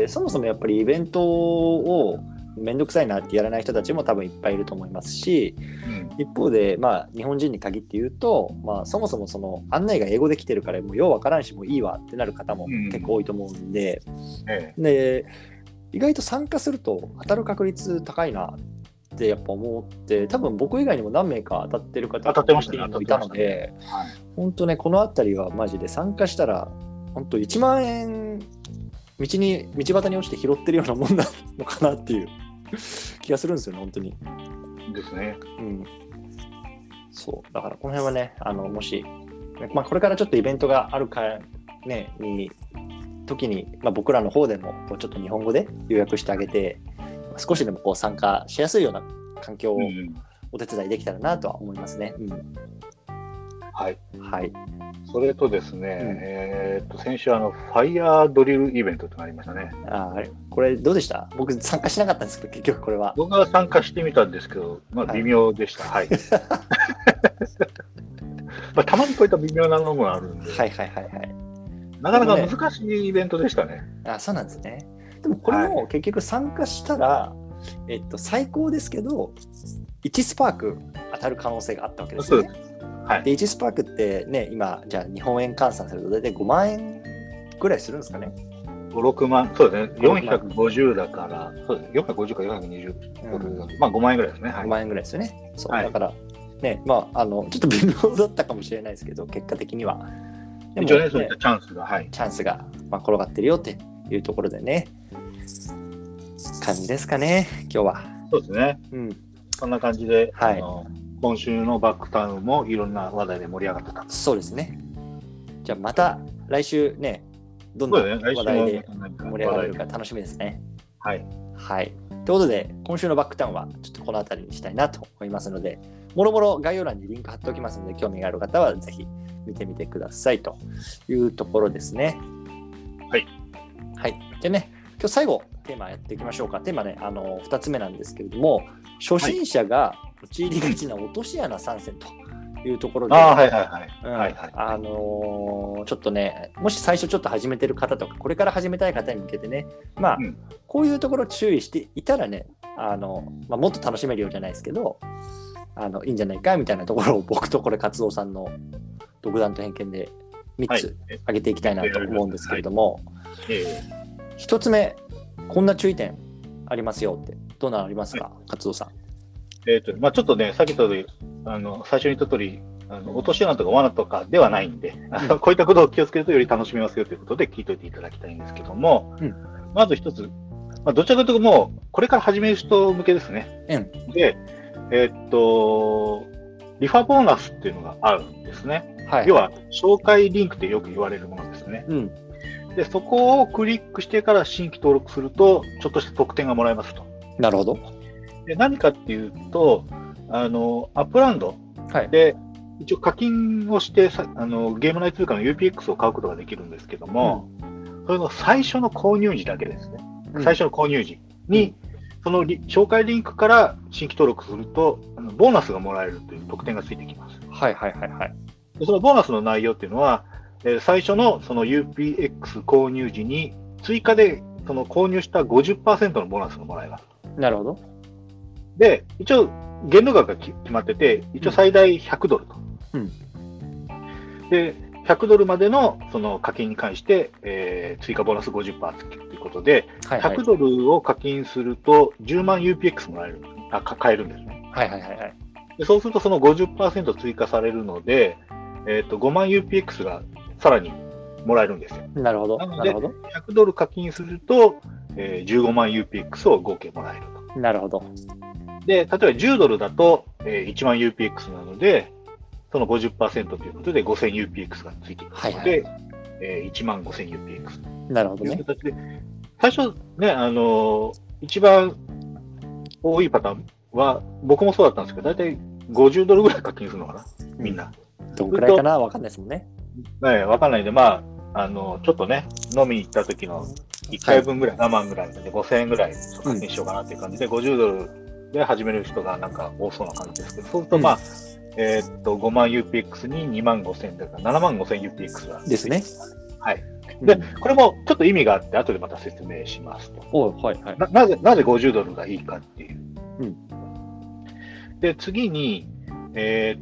そもそもやっぱりイベントをめんどくさいなってやらない人たちも多分いっぱいいると思いますし、一方で、日本人に限って言うと、そもそもその案内が英語で来てるからもうようわからんしもういいわってなる方も結構多いと思うんで、で意外と参加すると当たる確率高いなってやっぱ思って、多分僕以外にも何名か当たってる方もいたので、本当ね、このあたりはマジで参加したら本当1万円道端に落ちて拾ってるようなもんなのかなっていう気がするんですよね、本当に。 ですね。 そうだからこの辺はね、もし、これからちょっとイベントがあるかね時に、僕らの方でもちょっと日本語で予約してあげて、少しでも参加しやすいような環境をお手伝いできたらなとは思いますね。 はい。それとですね、先週ファイヤードリルイベントとなりましたね。 これどうでした？僕参加しなかったんですけど、結局これは。 僕は参加してみたんですけど、微妙でした。たまにこういった微妙なのもあるんで。なかなか難しいイベントでしたね。 そうなんですね。でもこれも結局参加したら、最高ですけど、1スパーク当たる可能性があったわけですよね。で1スパークってね、今じゃあ日本円換算すると大体5万円ぐらいするんですかね。 5、6万、そうですね、450だから、そうですね、450か420、5万円ぐらいですね。 5万円ぐらいですよね。そう、だからね、ちょっと微妙だったかもしれないですけど、結果的には。 一応ね、そういったチャンスが、 転がってるよっていうところでね、感じですかね、今日は。 そうですね。そんな感じで、今週のバックタウンもいろんな話題で盛り上がってた。 そうですね。じゃあまた来週ね、 どんなそうだね、 話題で来週も盛り上がれるか楽しみですね。 はい。 はい。ということで、今週のバックタウンはちょっとこの辺りにしたいなと思いますので、もろもろ概要欄にリンク貼っておきますので、興味がある方はぜひ見てみてくださいというところですね。 はい。 はい。でね、今日最後、テーマやっていきましょうか。テーマね、2つ目なんですけれども、初心者が陥りがちな落とし穴参戦というところで、ちょっとね、もし最初ちょっと始めてる方とか、これから始めたい方に向けてね、まあ、こういうところ注意していたらね、もっと楽しめるようじゃないですけど、いいんじゃないかみたいなところを僕とこれ勝夫さんの独断と偏見で3つ挙げていきたいなと思うんですけれども、1つ目、こんな注意点ありますよって、どうなのありますか、勝夫さん。 ちょっとね、さっきと最初に言った通り、落とし穴とか罠とかではないんで、こういったことを気をつけるとより楽しめますよということで聞いておいていただきたいんですけども、まず一つ、どちらかというともう、これから始める人向けですね。で、リファボーナスっていうのがあるんですね。要は、紹介リンクってよく言われるものですね。で、そこをクリックしてから新規登録すると、ちょっとした特典がもらえますと。 なるほど。 で、何かっていうと、アップランドで、一応課金をしてゲーム内通貨の UPX を買うことができるんですけども、それの最初の購入時だけですね。最初の購入時に、その紹介リンクから新規登録すると、ボーナスがもらえるという特典がついてきます。でそのボーナスの内容っていうのは、最初のその UPX 購入時に追加でその購入した 50% のボーナスがもらえます。 なるほど。 で、一応限度額が決まってて、一応最大100ドルと。で、100ドルまでのその課金に関して、追加ボーナス 50% 付きということで、100ドルを課金すると10万 UPX もらえる、買えるんですね。でそうするとその 50% 追加されるので、5万 UPX がさらにもらえるんですよ。 なるほど。 なので、100ドル課金すると、15万 UPX を合計もらえると。 なるほど。 で、例えば10ドルだと、1万 UPX なので、その 50% ということで 5000UPX がついているので、1万 5000UPX。 なるほどね。 最初ね、一番多いパターンは、僕もそうだったんですけど、だいたい50ドルぐらい課金するのかな、みんな。 どんくらいかなわかんないですもんね。 わかんないんで、ちょっとね、飲みに行った時の1回分ぐらい、我慢ぐらいで5000円ぐらい課金しようかなっていう感じで、50ドルで始める人がなんか多そうな感じですけど、そうすると5万 UPX に2万5000だから7万5000 UPX がですね。 で、これもちょっと意味があって、後でまた説明しますと。なぜ50ドルがいいかっていう。で、次に、2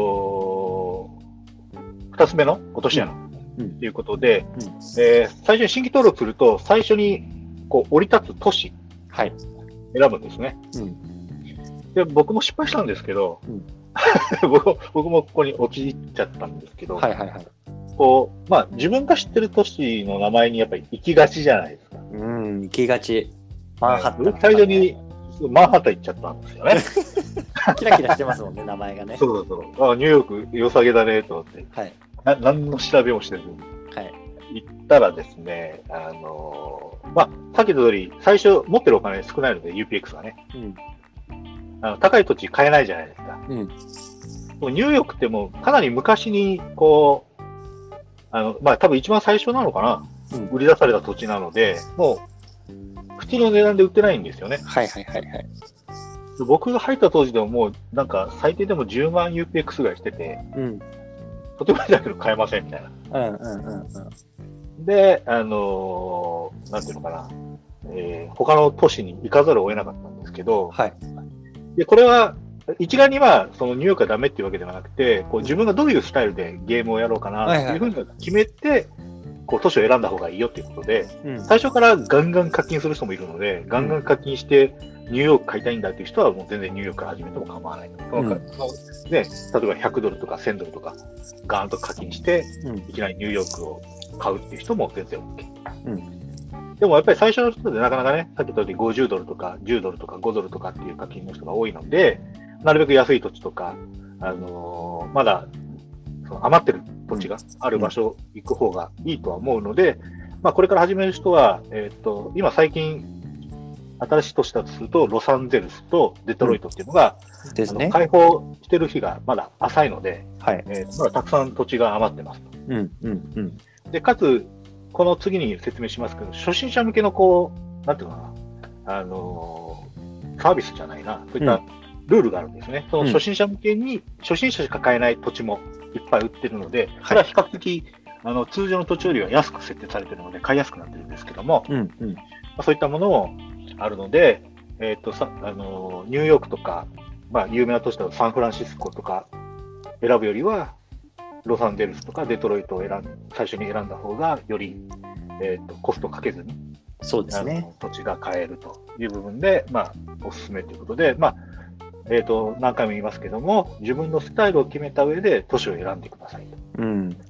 つ目の落とし穴ということで、最初に新規登録すると、最初にこう降り立つ都市選ぶんですね。で、僕も失敗したんですけど、僕もここに陥っちゃったんですけど、自分が知ってる都市の名前にやっぱり行きがちじゃないですか。 行きがち。マンハッタン。 最初にマンハッタン行っちゃったんですよね。 キラキラしてますもんね、名前がね。 ニューヨーク良さげだねと思って、何の調べもしてずに行ったらですね、さっきの通り、最初持ってるお金少ないので、UPX がね。高い土地買えないじゃないですか。もうニューヨークってもうかなり昔にこう、多分一番最初なのかな、売り出された土地なので、もう普通の値段で売ってないんですよね。僕が入った当時でももうなんか最低でも10万 UPX ぐらいしてて、とてもいいだけど買えませんみたいな。で、なんていうのかな、他の都市に行かざるを得なかったんですけど、でこれは一概にそのニューヨークがダメっていうわけではなくて、こう自分がどういうスタイルでゲームをやろうかなっていうふうに決めて、こう都市を選んだ方がいいよっていうことで、最初からガンガン課金する人もいるので、ガンガン課金してニューヨーク買いたいんだっていう人はもう全然ニューヨークから始めても構わないと。例えば100ドルとか1000ドルとかガーンと課金して、いきなりニューヨークを買うっていう人も全然 OK。でもやっぱり最初の人でなかなかね、さっき言ったように50ドルとか10ドルとか5ドルとかっていう課金の人が多いので、なるべく安い土地とか、まだその余ってる土地がある場所行く方がいいとは思うので、 まあ、これから始める人は、今最近、新しい都市だとすると、ロサンゼルスとデトロイトっていうのが、 ですね。 開放してる日がまだ浅いので、 はい。 まだたくさん土地が余ってますと。 うんうんうん。 で、かつ、この次に説明しますけど、初心者向けのなんていうのかな、サービスじゃないな、そういったルールがあるんですね。その初心者向けに、初心者しか買えない土地もいっぱい売ってるので、それは比較的、通常の土地よりは安く設定されているので、買いやすくなってるんですけども、そういったものもあるので、ニューヨークとか、まあ、有名な都市だとサンフランシスコとか選ぶよりは、ロサンゼルスとかデトロイトを最初に選んだ方が、より、コストをかけずに、 そうですね。 土地が買えるという部分で、まあ、おすすめということで、まあ、何回も言いますけども、自分のスタイルを決めた上で都市を選んでくださいと。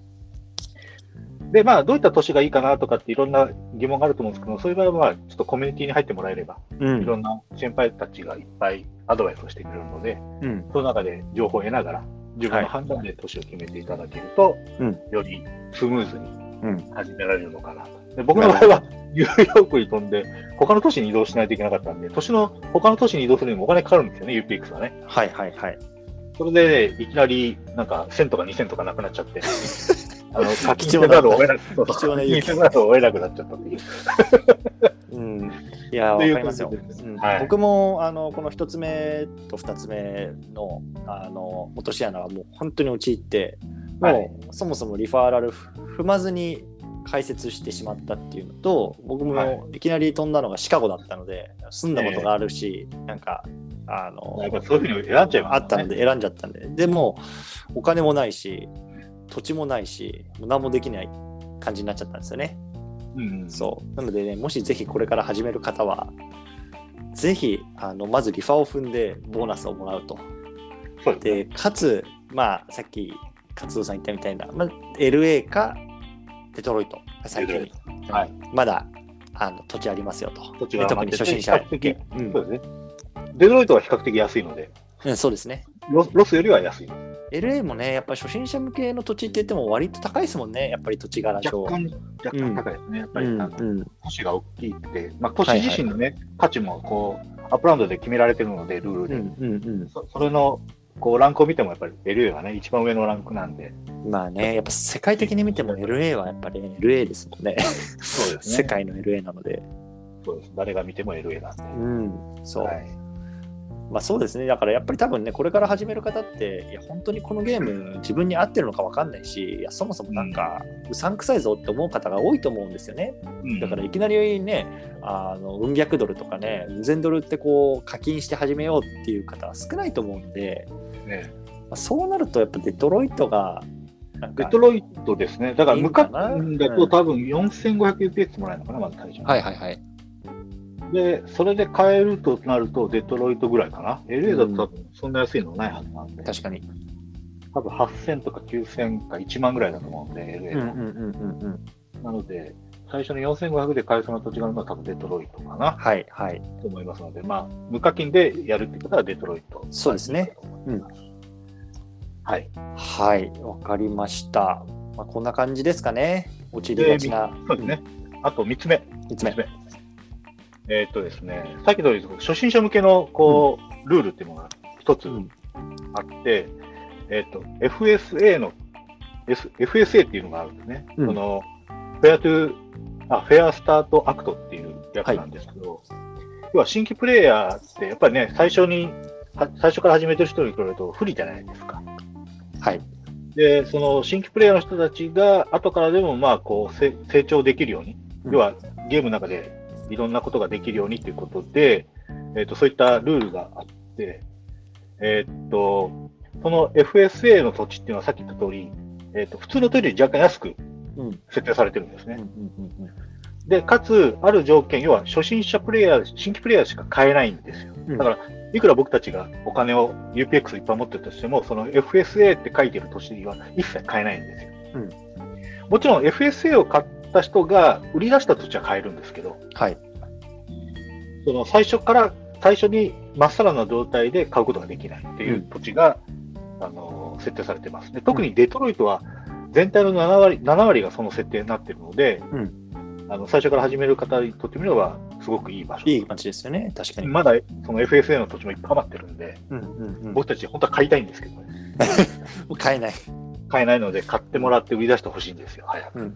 で、まあ、どういった都市がいいかなとかっていろんな疑問があると思うんですけど、そういう場合は、ちょっとコミュニティに入ってもらえれば、いろんな先輩たちがいっぱいアドバイスをしてくれるので、その中で情報を得ながら、自分の判断で都市を決めていただけると、よりスムーズに始められるのかなと。で、僕の場合は、ニューヨークに飛んで、他の都市に移動しないといけなかったんで、他の都市に移動するにもお金かかるんですよね、UPX はね。 はいはいはい。 それで、いきなり、なんか、1000とか2000とかなくなっちゃって、課金せざるを得なくなっちゃったっていう。 いや、わかりますよ。僕もこの1つ目と2つ目の落とし穴はもう本当に陥って、もうそもそもリファーラル踏まずに解説してしまったっていうのと、僕もいきなり飛んだのがシカゴだったので、住んだことがあるし、なんかやっぱそういうふうに選んじゃいますね。 あったので選んじゃったんで、でもお金もないし土地もないし、何もできない感じになっちゃったんですよね。そうなのでね、もしぜひこれから始める方は、ぜひまずリファを踏んでボーナスをもらうと。で、かつ、まあ、さっき勝蔵さん言ったみたいな、LA かデトロイトが最初に、まだ土地ありますよと。特に初心者そうですね。デトロイトは比較的安いので、 そうですね。 ロスよりは安い。 LA もね、やっぱり初心者向けの土地って言っても割と高いですもんね、やっぱり土地柄上。 若干高いですね。やっぱり都市が大きくて、まあ、都市自身のね、価値もアップランドで決められてるので、ルールで。それのランクを見てもやっぱり LA がね、一番上のランクなんで。 まあね、やっぱ世界的に見ても LA はやっぱり LA ですもんね。そうですね。世界の LA なので。 そうです。誰が見ても LA なんで。 そう。まあそうですね。だからやっぱり多分ね、これから始める方って、いや本当にこのゲーム自分に合ってるのか分かんないし、いやそもそもなんかうさんくさいぞって思う方が多いと思うんですよね。だからいきなりね、うん百ドルとかね、うん千ドルって課金して始めようっていう方は少ないと思うので、そうなるとやっぱデトロイトがデトロイトですね。だから無課金だと多分 4500UPX もらえるのかな、まず最初に。 はいはいはい。 で、それで買えるとなるとデトロイトぐらいかな。LA だと多分そんな安いのないはずなんで。 確かに。 多分8000とか9000か1万ぐらいだと思うんで、LA は。なので、最初の4500で買えそうな土地があるのは多分デトロイトかな。 はいはい。 と思いますので、まあ、無課金でやるって方はデトロイト。 そうですね。 はい。 はい、わかりました。まあ、こんな感じですかね。陥りがちな。 そうですね。あと3つ目。ですね、さっきのように初心者向けのルールっていうのが一つあって、FSA っていうのがあるんですね。フェアスタートアクトっていうやつなんですけど、要は新規プレイヤーってやっぱりね、最初から始めてる人に比べると不利じゃないですか。 はい。 で、その新規プレイヤーの人たちが後からでも成長できるように、要はゲームの中でいろんなことができるようにということで、そういったルールがあって、その FSA の土地っていうのはさっき言った通り、普通の土地より若干安く設定されてるんですね。で、かつ、ある条件、要は初心者プレイヤー、新規プレイヤーしか買えないんですよ。だから、いくら僕たちがお金を UPX いっぱい持ってるとしても、その FSA って書いてる土地は一切買えないんですよ。もちろん FSA を買った人が売り出した土地は買えるんですけど、その最初にまっさらな状態で買うことができないっていう土地が、設定されてますね。特にデトロイトは全体の7割がその設定になっているので、 最初から始める方にとってみれば、すごくいい場所。 いい街ですよね、確かに。 まだその FSA の土地もいっぱい余ってるんで、僕たち本当は買いたいんですけどね。 もう買えない。 買えないので、買ってもらって売り出してほしいんですよ、早く。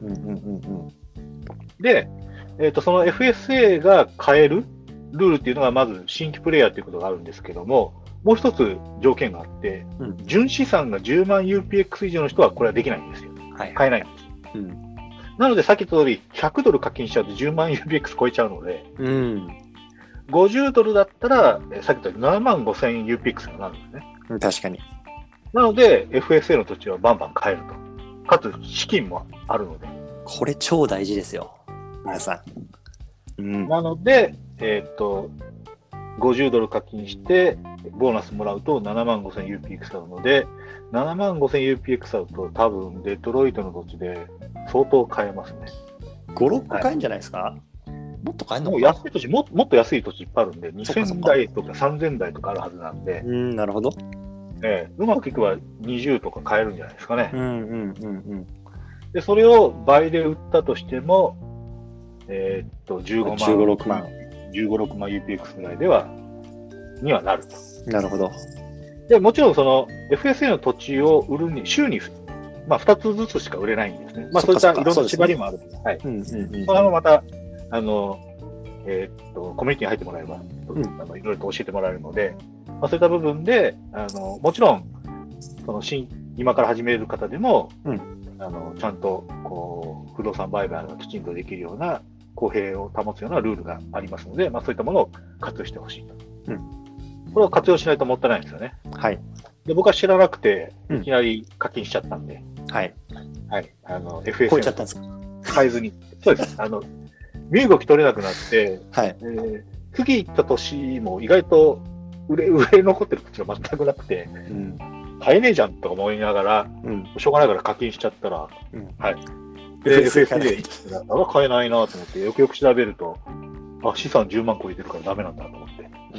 で、その FSA が買えるルールっていうのが、まず新規プレイヤーということがあるんですけども、もう一つ条件があって、純資産が10万 UPX 以上の人はこれはできないんですよ。買えないんです。なので、さっき言った通り、100ドル課金しちゃうと10万 UPX 超えちゃうので、50ドルだったら、さっき言った7万5000 UPX になるんですね。 確かに。 なので、FSA の土地はバンバン買えると。かつ、資金もあるので。 これ超大事ですよ、皆さん。 なので、50ドル課金して、ボーナスもらうと7万5000 UPX あるので、7万5000 UPX あると、多分デトロイトの土地で相当買えますね。 5、6個買えるんじゃないですか、もっと買えるのかな。もう安い土地もっと安い土地いっぱいあるんで、2000台とか3000台とかあるはずなんで、 なるほど。 うまくいけば20とか買えるんじゃないですかね。で、それを倍で売ったとしても、15万、 16万。 15、6万 UPX ぐらいにはなると。 なるほど。 で、もちろんその FSA の土地を売るに、週に、2つずつしか売れないんですね。そういったいろんな縛りもあるので、はい。その辺もまた、コミュニティに入ってもらえば、いろいろと教えてもらえるので、そういった部分で、もちろん、今から始める方でも、ちゃんと、不動産売買がきちんとできるような、公平を保つようなルールがありますので、そういったものを活用してほしいと。これを活用しないともったいないんですよね。 はい。 で、僕は知らなくて、いきなり課金しちゃったんで。 はい。 はい。FSA 超えちゃったんですか？ 変えずに。そうです。身動き取れなくなって、 はい。 次行った年も意外と売れ残ってる土地が全くなくて、買えねえじゃんと思いながら、しょうがないから課金しちゃったら、はい。で、FSA で買えないなと思って、よくよく調べると、資産10万超えてるからダメなんだと思って。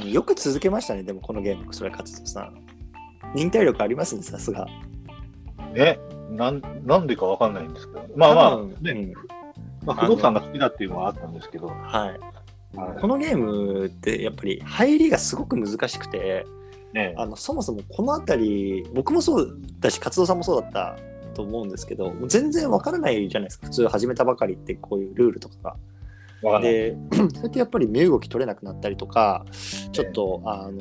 よく続けましたね、でもこのゲーム、それ活動さん。忍耐力ありますね、さすが。 ね、なんでかわかんないんですけど、不動産が好きだっていうのはあったんですけど、 はい。このゲームってやっぱり入りがすごく難しくて、そもそもこのあたり、僕もそうだし、活動さんもそうだったと思うんですけど、もう全然わからないじゃないですか、普通始めたばかりってこういうルールとかが。で、そうやってやっぱり身動き取れなくなったりとか、ちょっと、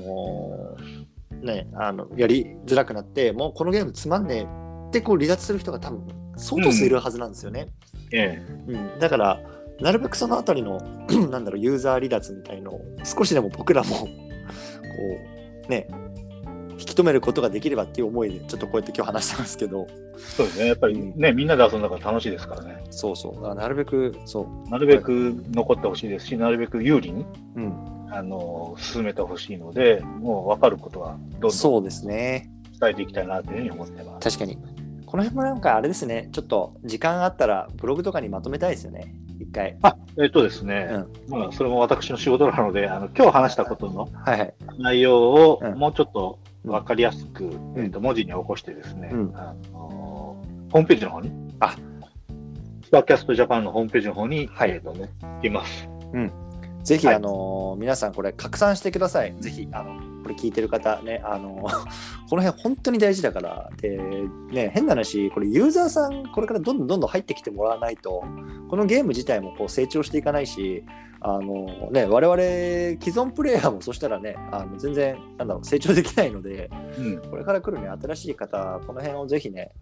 やりづらくなって、もうこのゲームつまんねえって離脱する人が多分相当数いるはずなんですよね。だからなるべくそのあたりのユーザー離脱みたいのを少しでも僕らもこうね引き止めることができればっていう思いでちょっとこうやって今日話してますけど。 そうですね、やっぱりね、みんなで遊んだから楽しいですからね。 そうそう、だからなるべく残ってほしいですし、なるべく有利に、進めてほしいので、もう分かることはどんどんそうですね、 伝えていきたいなというふうに思ってます。 確かにこの辺もあれですね、ちょっと時間あったらブログとかにまとめたいですよね、一回。 ですね、それも私の仕事なので、今日話したことの内容をもうちょっと分かりやすく、文字に起こしてですね、ホームページの方に、スターキャストジャパンのホームページの方に、載っています。 ぜひ、皆さんこれ拡散してください。ぜひこれ聞いてる方ね、この辺本当に大事だから。でね、変な話、これユーザーさんこれからどんどん入ってきてもらわないと、このゲーム自体もこう成長していかないし、我々既存プレイヤーもそしたらね、全然成長できないので、これから来るね新しい方、この辺をぜひね、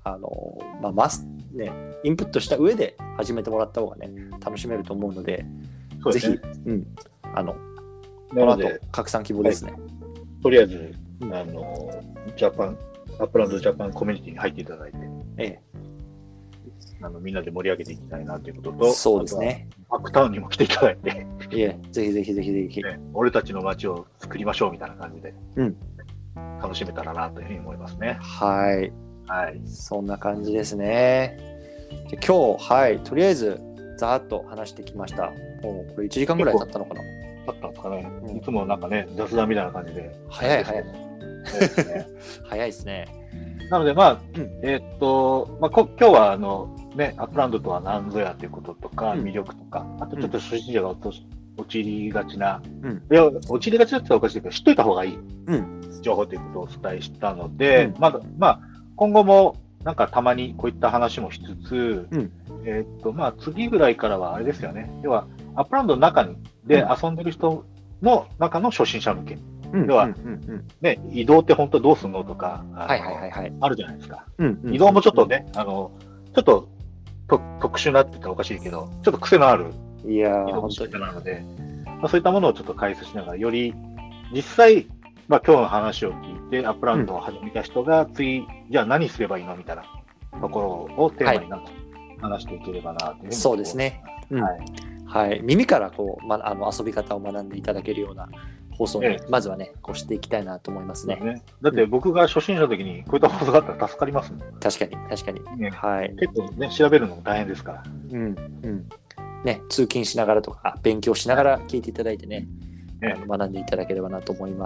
インプットした上で始めてもらった方がね楽しめると思うので、ぜひ、この後拡散希望ですね。 とりあえず、アップランドジャパンコミュニティに入っていただいて、みんなで盛り上げていきたいなということと、 そうですね。 バックタウンにも来ていただいて、 ぜひぜひぜひぜひ、 俺たちの街を作りましょうみたいな感じで、楽しめたらなというふうに思いますね。 はい。そんな感じですね。今日、とりあえずざーっと話してきました。もうこれ1時間ぐらい経ったのかな。 経ったんですかね。いつもなんかね、雑談みたいな感じで。 早い。早いですね。 なので、今日はね、アップランドとは何ぞやということとか、 うん魅力とか、あとちょっと初心者が陥りがちな、 うんいや、陥りがちだって言ったらおかしいけど、知っといた方がいいうん情報ということをお伝えしたので、 うんまあ、今後もなんかたまにこういった話もしつつ、 うんまあ、次ぐらいからはあれですよね。要は、アップランドの中で遊んでる人の中の初心者向け。 うん要はうんうんね、移動って本当どうすんのとか、 はいはいはいはい。 あるじゃないですか。 うん移動もちょっとね、ちょっと特殊なって言ったらおかしいけど、ちょっと癖のあるいやー移動の仕本当に方なので、まあ、そういったものをちょっと解説しながら、より実際、まあ、今日の話を聞いて、アップランドを始めた人が、次、じゃあ何すればいいのみたいなところをテーマになんか話していければなというふうに、 そうですね。うんはい。 はい、耳からこう、遊び方を学んでいただけるような放送を、ね、まずはね、こうしていきたいなと思いますね。 だって僕が初心者の時にこういった放送があったら助かりますもん。 確かに、確かに。 ね、 はい。 結構ね、調べるのも大変ですから。 うんうんね、通勤しながらとか、勉強しながら聞いていただいてね、学んでいただければなと思います。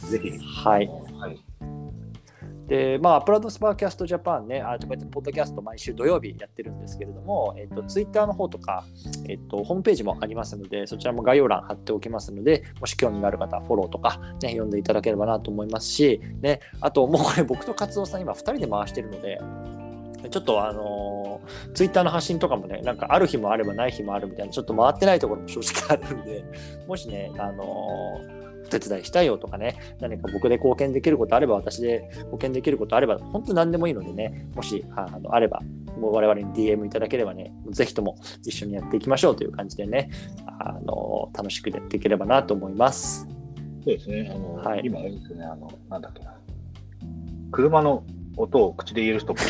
ぜひ。 はい。 はい、 で、アップランドスパーキャストジャパンね、ポッドキャスト毎週土曜日やってるんですけれども、ツイッターの方とか、ホームページもありますので、そちらも概要欄貼っておきますので、もし興味がある方はフォローとか、ね、読んでいただければなと思いますし、ね、あともうこれ僕と勝夫さん今2人で回してるので、ちょっとツイッターの発信とかもね、なんかある日もあればない日もあるみたいな、ちょっと回ってないところも正直あるんで、もしね、お手伝いしたいよとかね、何か僕で貢献できることあれば、私で貢献できることあれば、本当何でもいいのでね、もしあれば、もう我々に DM いただければね、ぜひとも一緒にやっていきましょうという感じでね、楽しくやっていければなと思います。 そうですね、 はい、 今あれですね、なんだっけな、車の音を口で言える人も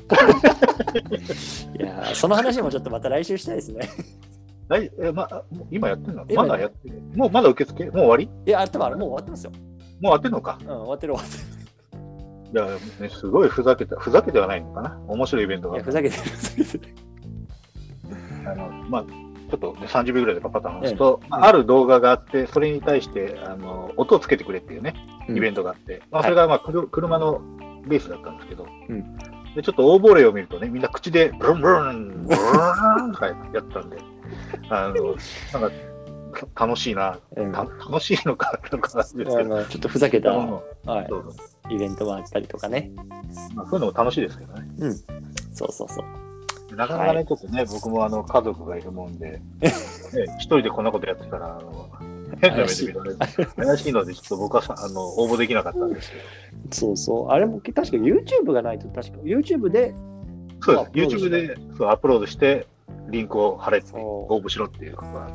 いやその話もちょっとまた来週したいですね。 今やってるの？まだやってる？もうまだ受付？もう終わり？ いや、もう終わってますよ。 もう終わってるのか？ うん、終わってる。 いや、ね、すごいふざけてはないのかな？面白いイベントが。 いや、ふざけてる。 まあ、ちょっと、ね、30秒ぐらいでパパッと話すと、ある動画があって、それに対して音をつけてくれっていうね、イベントがあって、それが車のベースだったんですけど、でちょっと大ボレーを見るとね、みんな口でブルンブルン、ブルンとかやってたんで、なんか楽しいな、楽しいのかなんかですけど、 ちょっとふざけた、イベントもあったりとかね。 そういうのも楽しいですけどね。 そうそうそう。 なかなかね、ちょっとね、僕も家族がいるもんで、一人でこんなことやってたら、変な目で見られる。怪しいので、ちょっと僕は応募できなかったんですけど。 そうそう。あれも確か YouTube がないと、確か YouTube で。 そうです。YouTube でアップロードして、リンクを貼れって、応募しろっていうことなんです。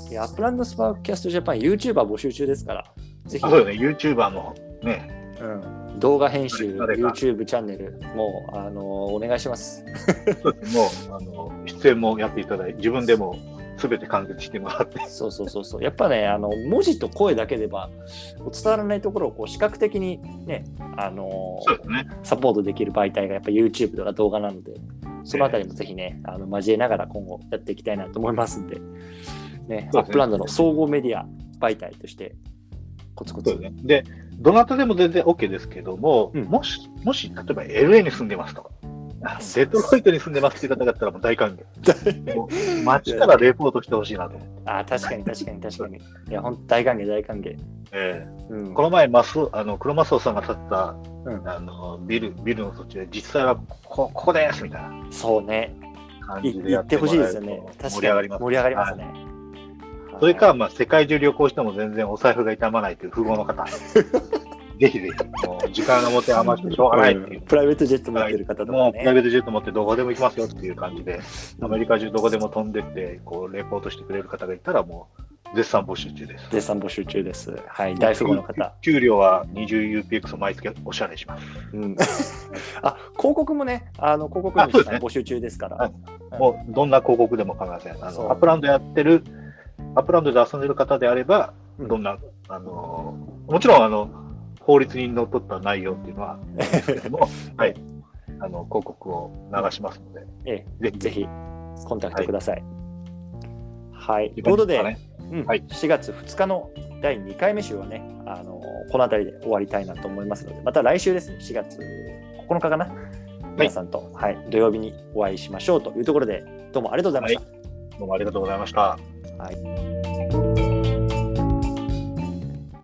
いや、アップランドスパーキャストジャパン、YouTuber 募集中ですから。 ぜひ。そうよね、YouTuber のね。 動画編集、YouTube チャンネル、もう、お願いします。 そうです。もう、出演もやっていただいて、自分でも全て完結してもらって。 そう。やっぱね、文字と声だけでは伝わらないところをこう視覚的にね、 そうですね、 サポートできる媒体がやっぱ YouTube とか動画なので、そのあたりもぜひね、交えながら今後やっていきたいなと思いますんで、ね、アップランドの総合メディア媒体としてコツコツ。 そうですね。で、どなたでも全然 OK ですけども、もし、例えば LA に住んでますとか、デトロイトに住んでますっていう方だったらもう大歓迎。街からレポートしてほしいなと思って。 確かに。いや、本当大歓迎。 この前、黒マスオさんが建った、ビルの土地で、実際はここですみたいな。 そうね。 感じでやってほしいですよね。 盛り上がります。 盛り上がりますね。 それか、世界中旅行しても全然お財布が痛まないという富豪の方。ぜひ、もう時間が持て余してしょうがないっていう。 プライベートジェット持ってる方とかね。 もうプライベートジェット持ってどこでも行きますよっていう感じで、アメリカ中どこでも飛んでって、レポートしてくれる方がいたら、もう絶賛募集中です。 絶賛募集中です。はい、大富豪の方。 給料は 20UPX を毎月お支払いします。 広告もね、広告主さん募集中ですから。 もうどんな広告でも構いません。アップランドで遊んでる方であれば、どんな、もちろん、法律にのっとった内容っていうのは、はい、広告を流しますので、 ぜひコンタクトください。はい。ということで、4月2日の第2回目週はね、この辺りで終わりたいなと思いますので、また来週ですね、4月9日かな。 皆さんと、はい、土曜日にお会いしましょうというところで、どうもありがとうございました。 どうもありがとうございました。 はい。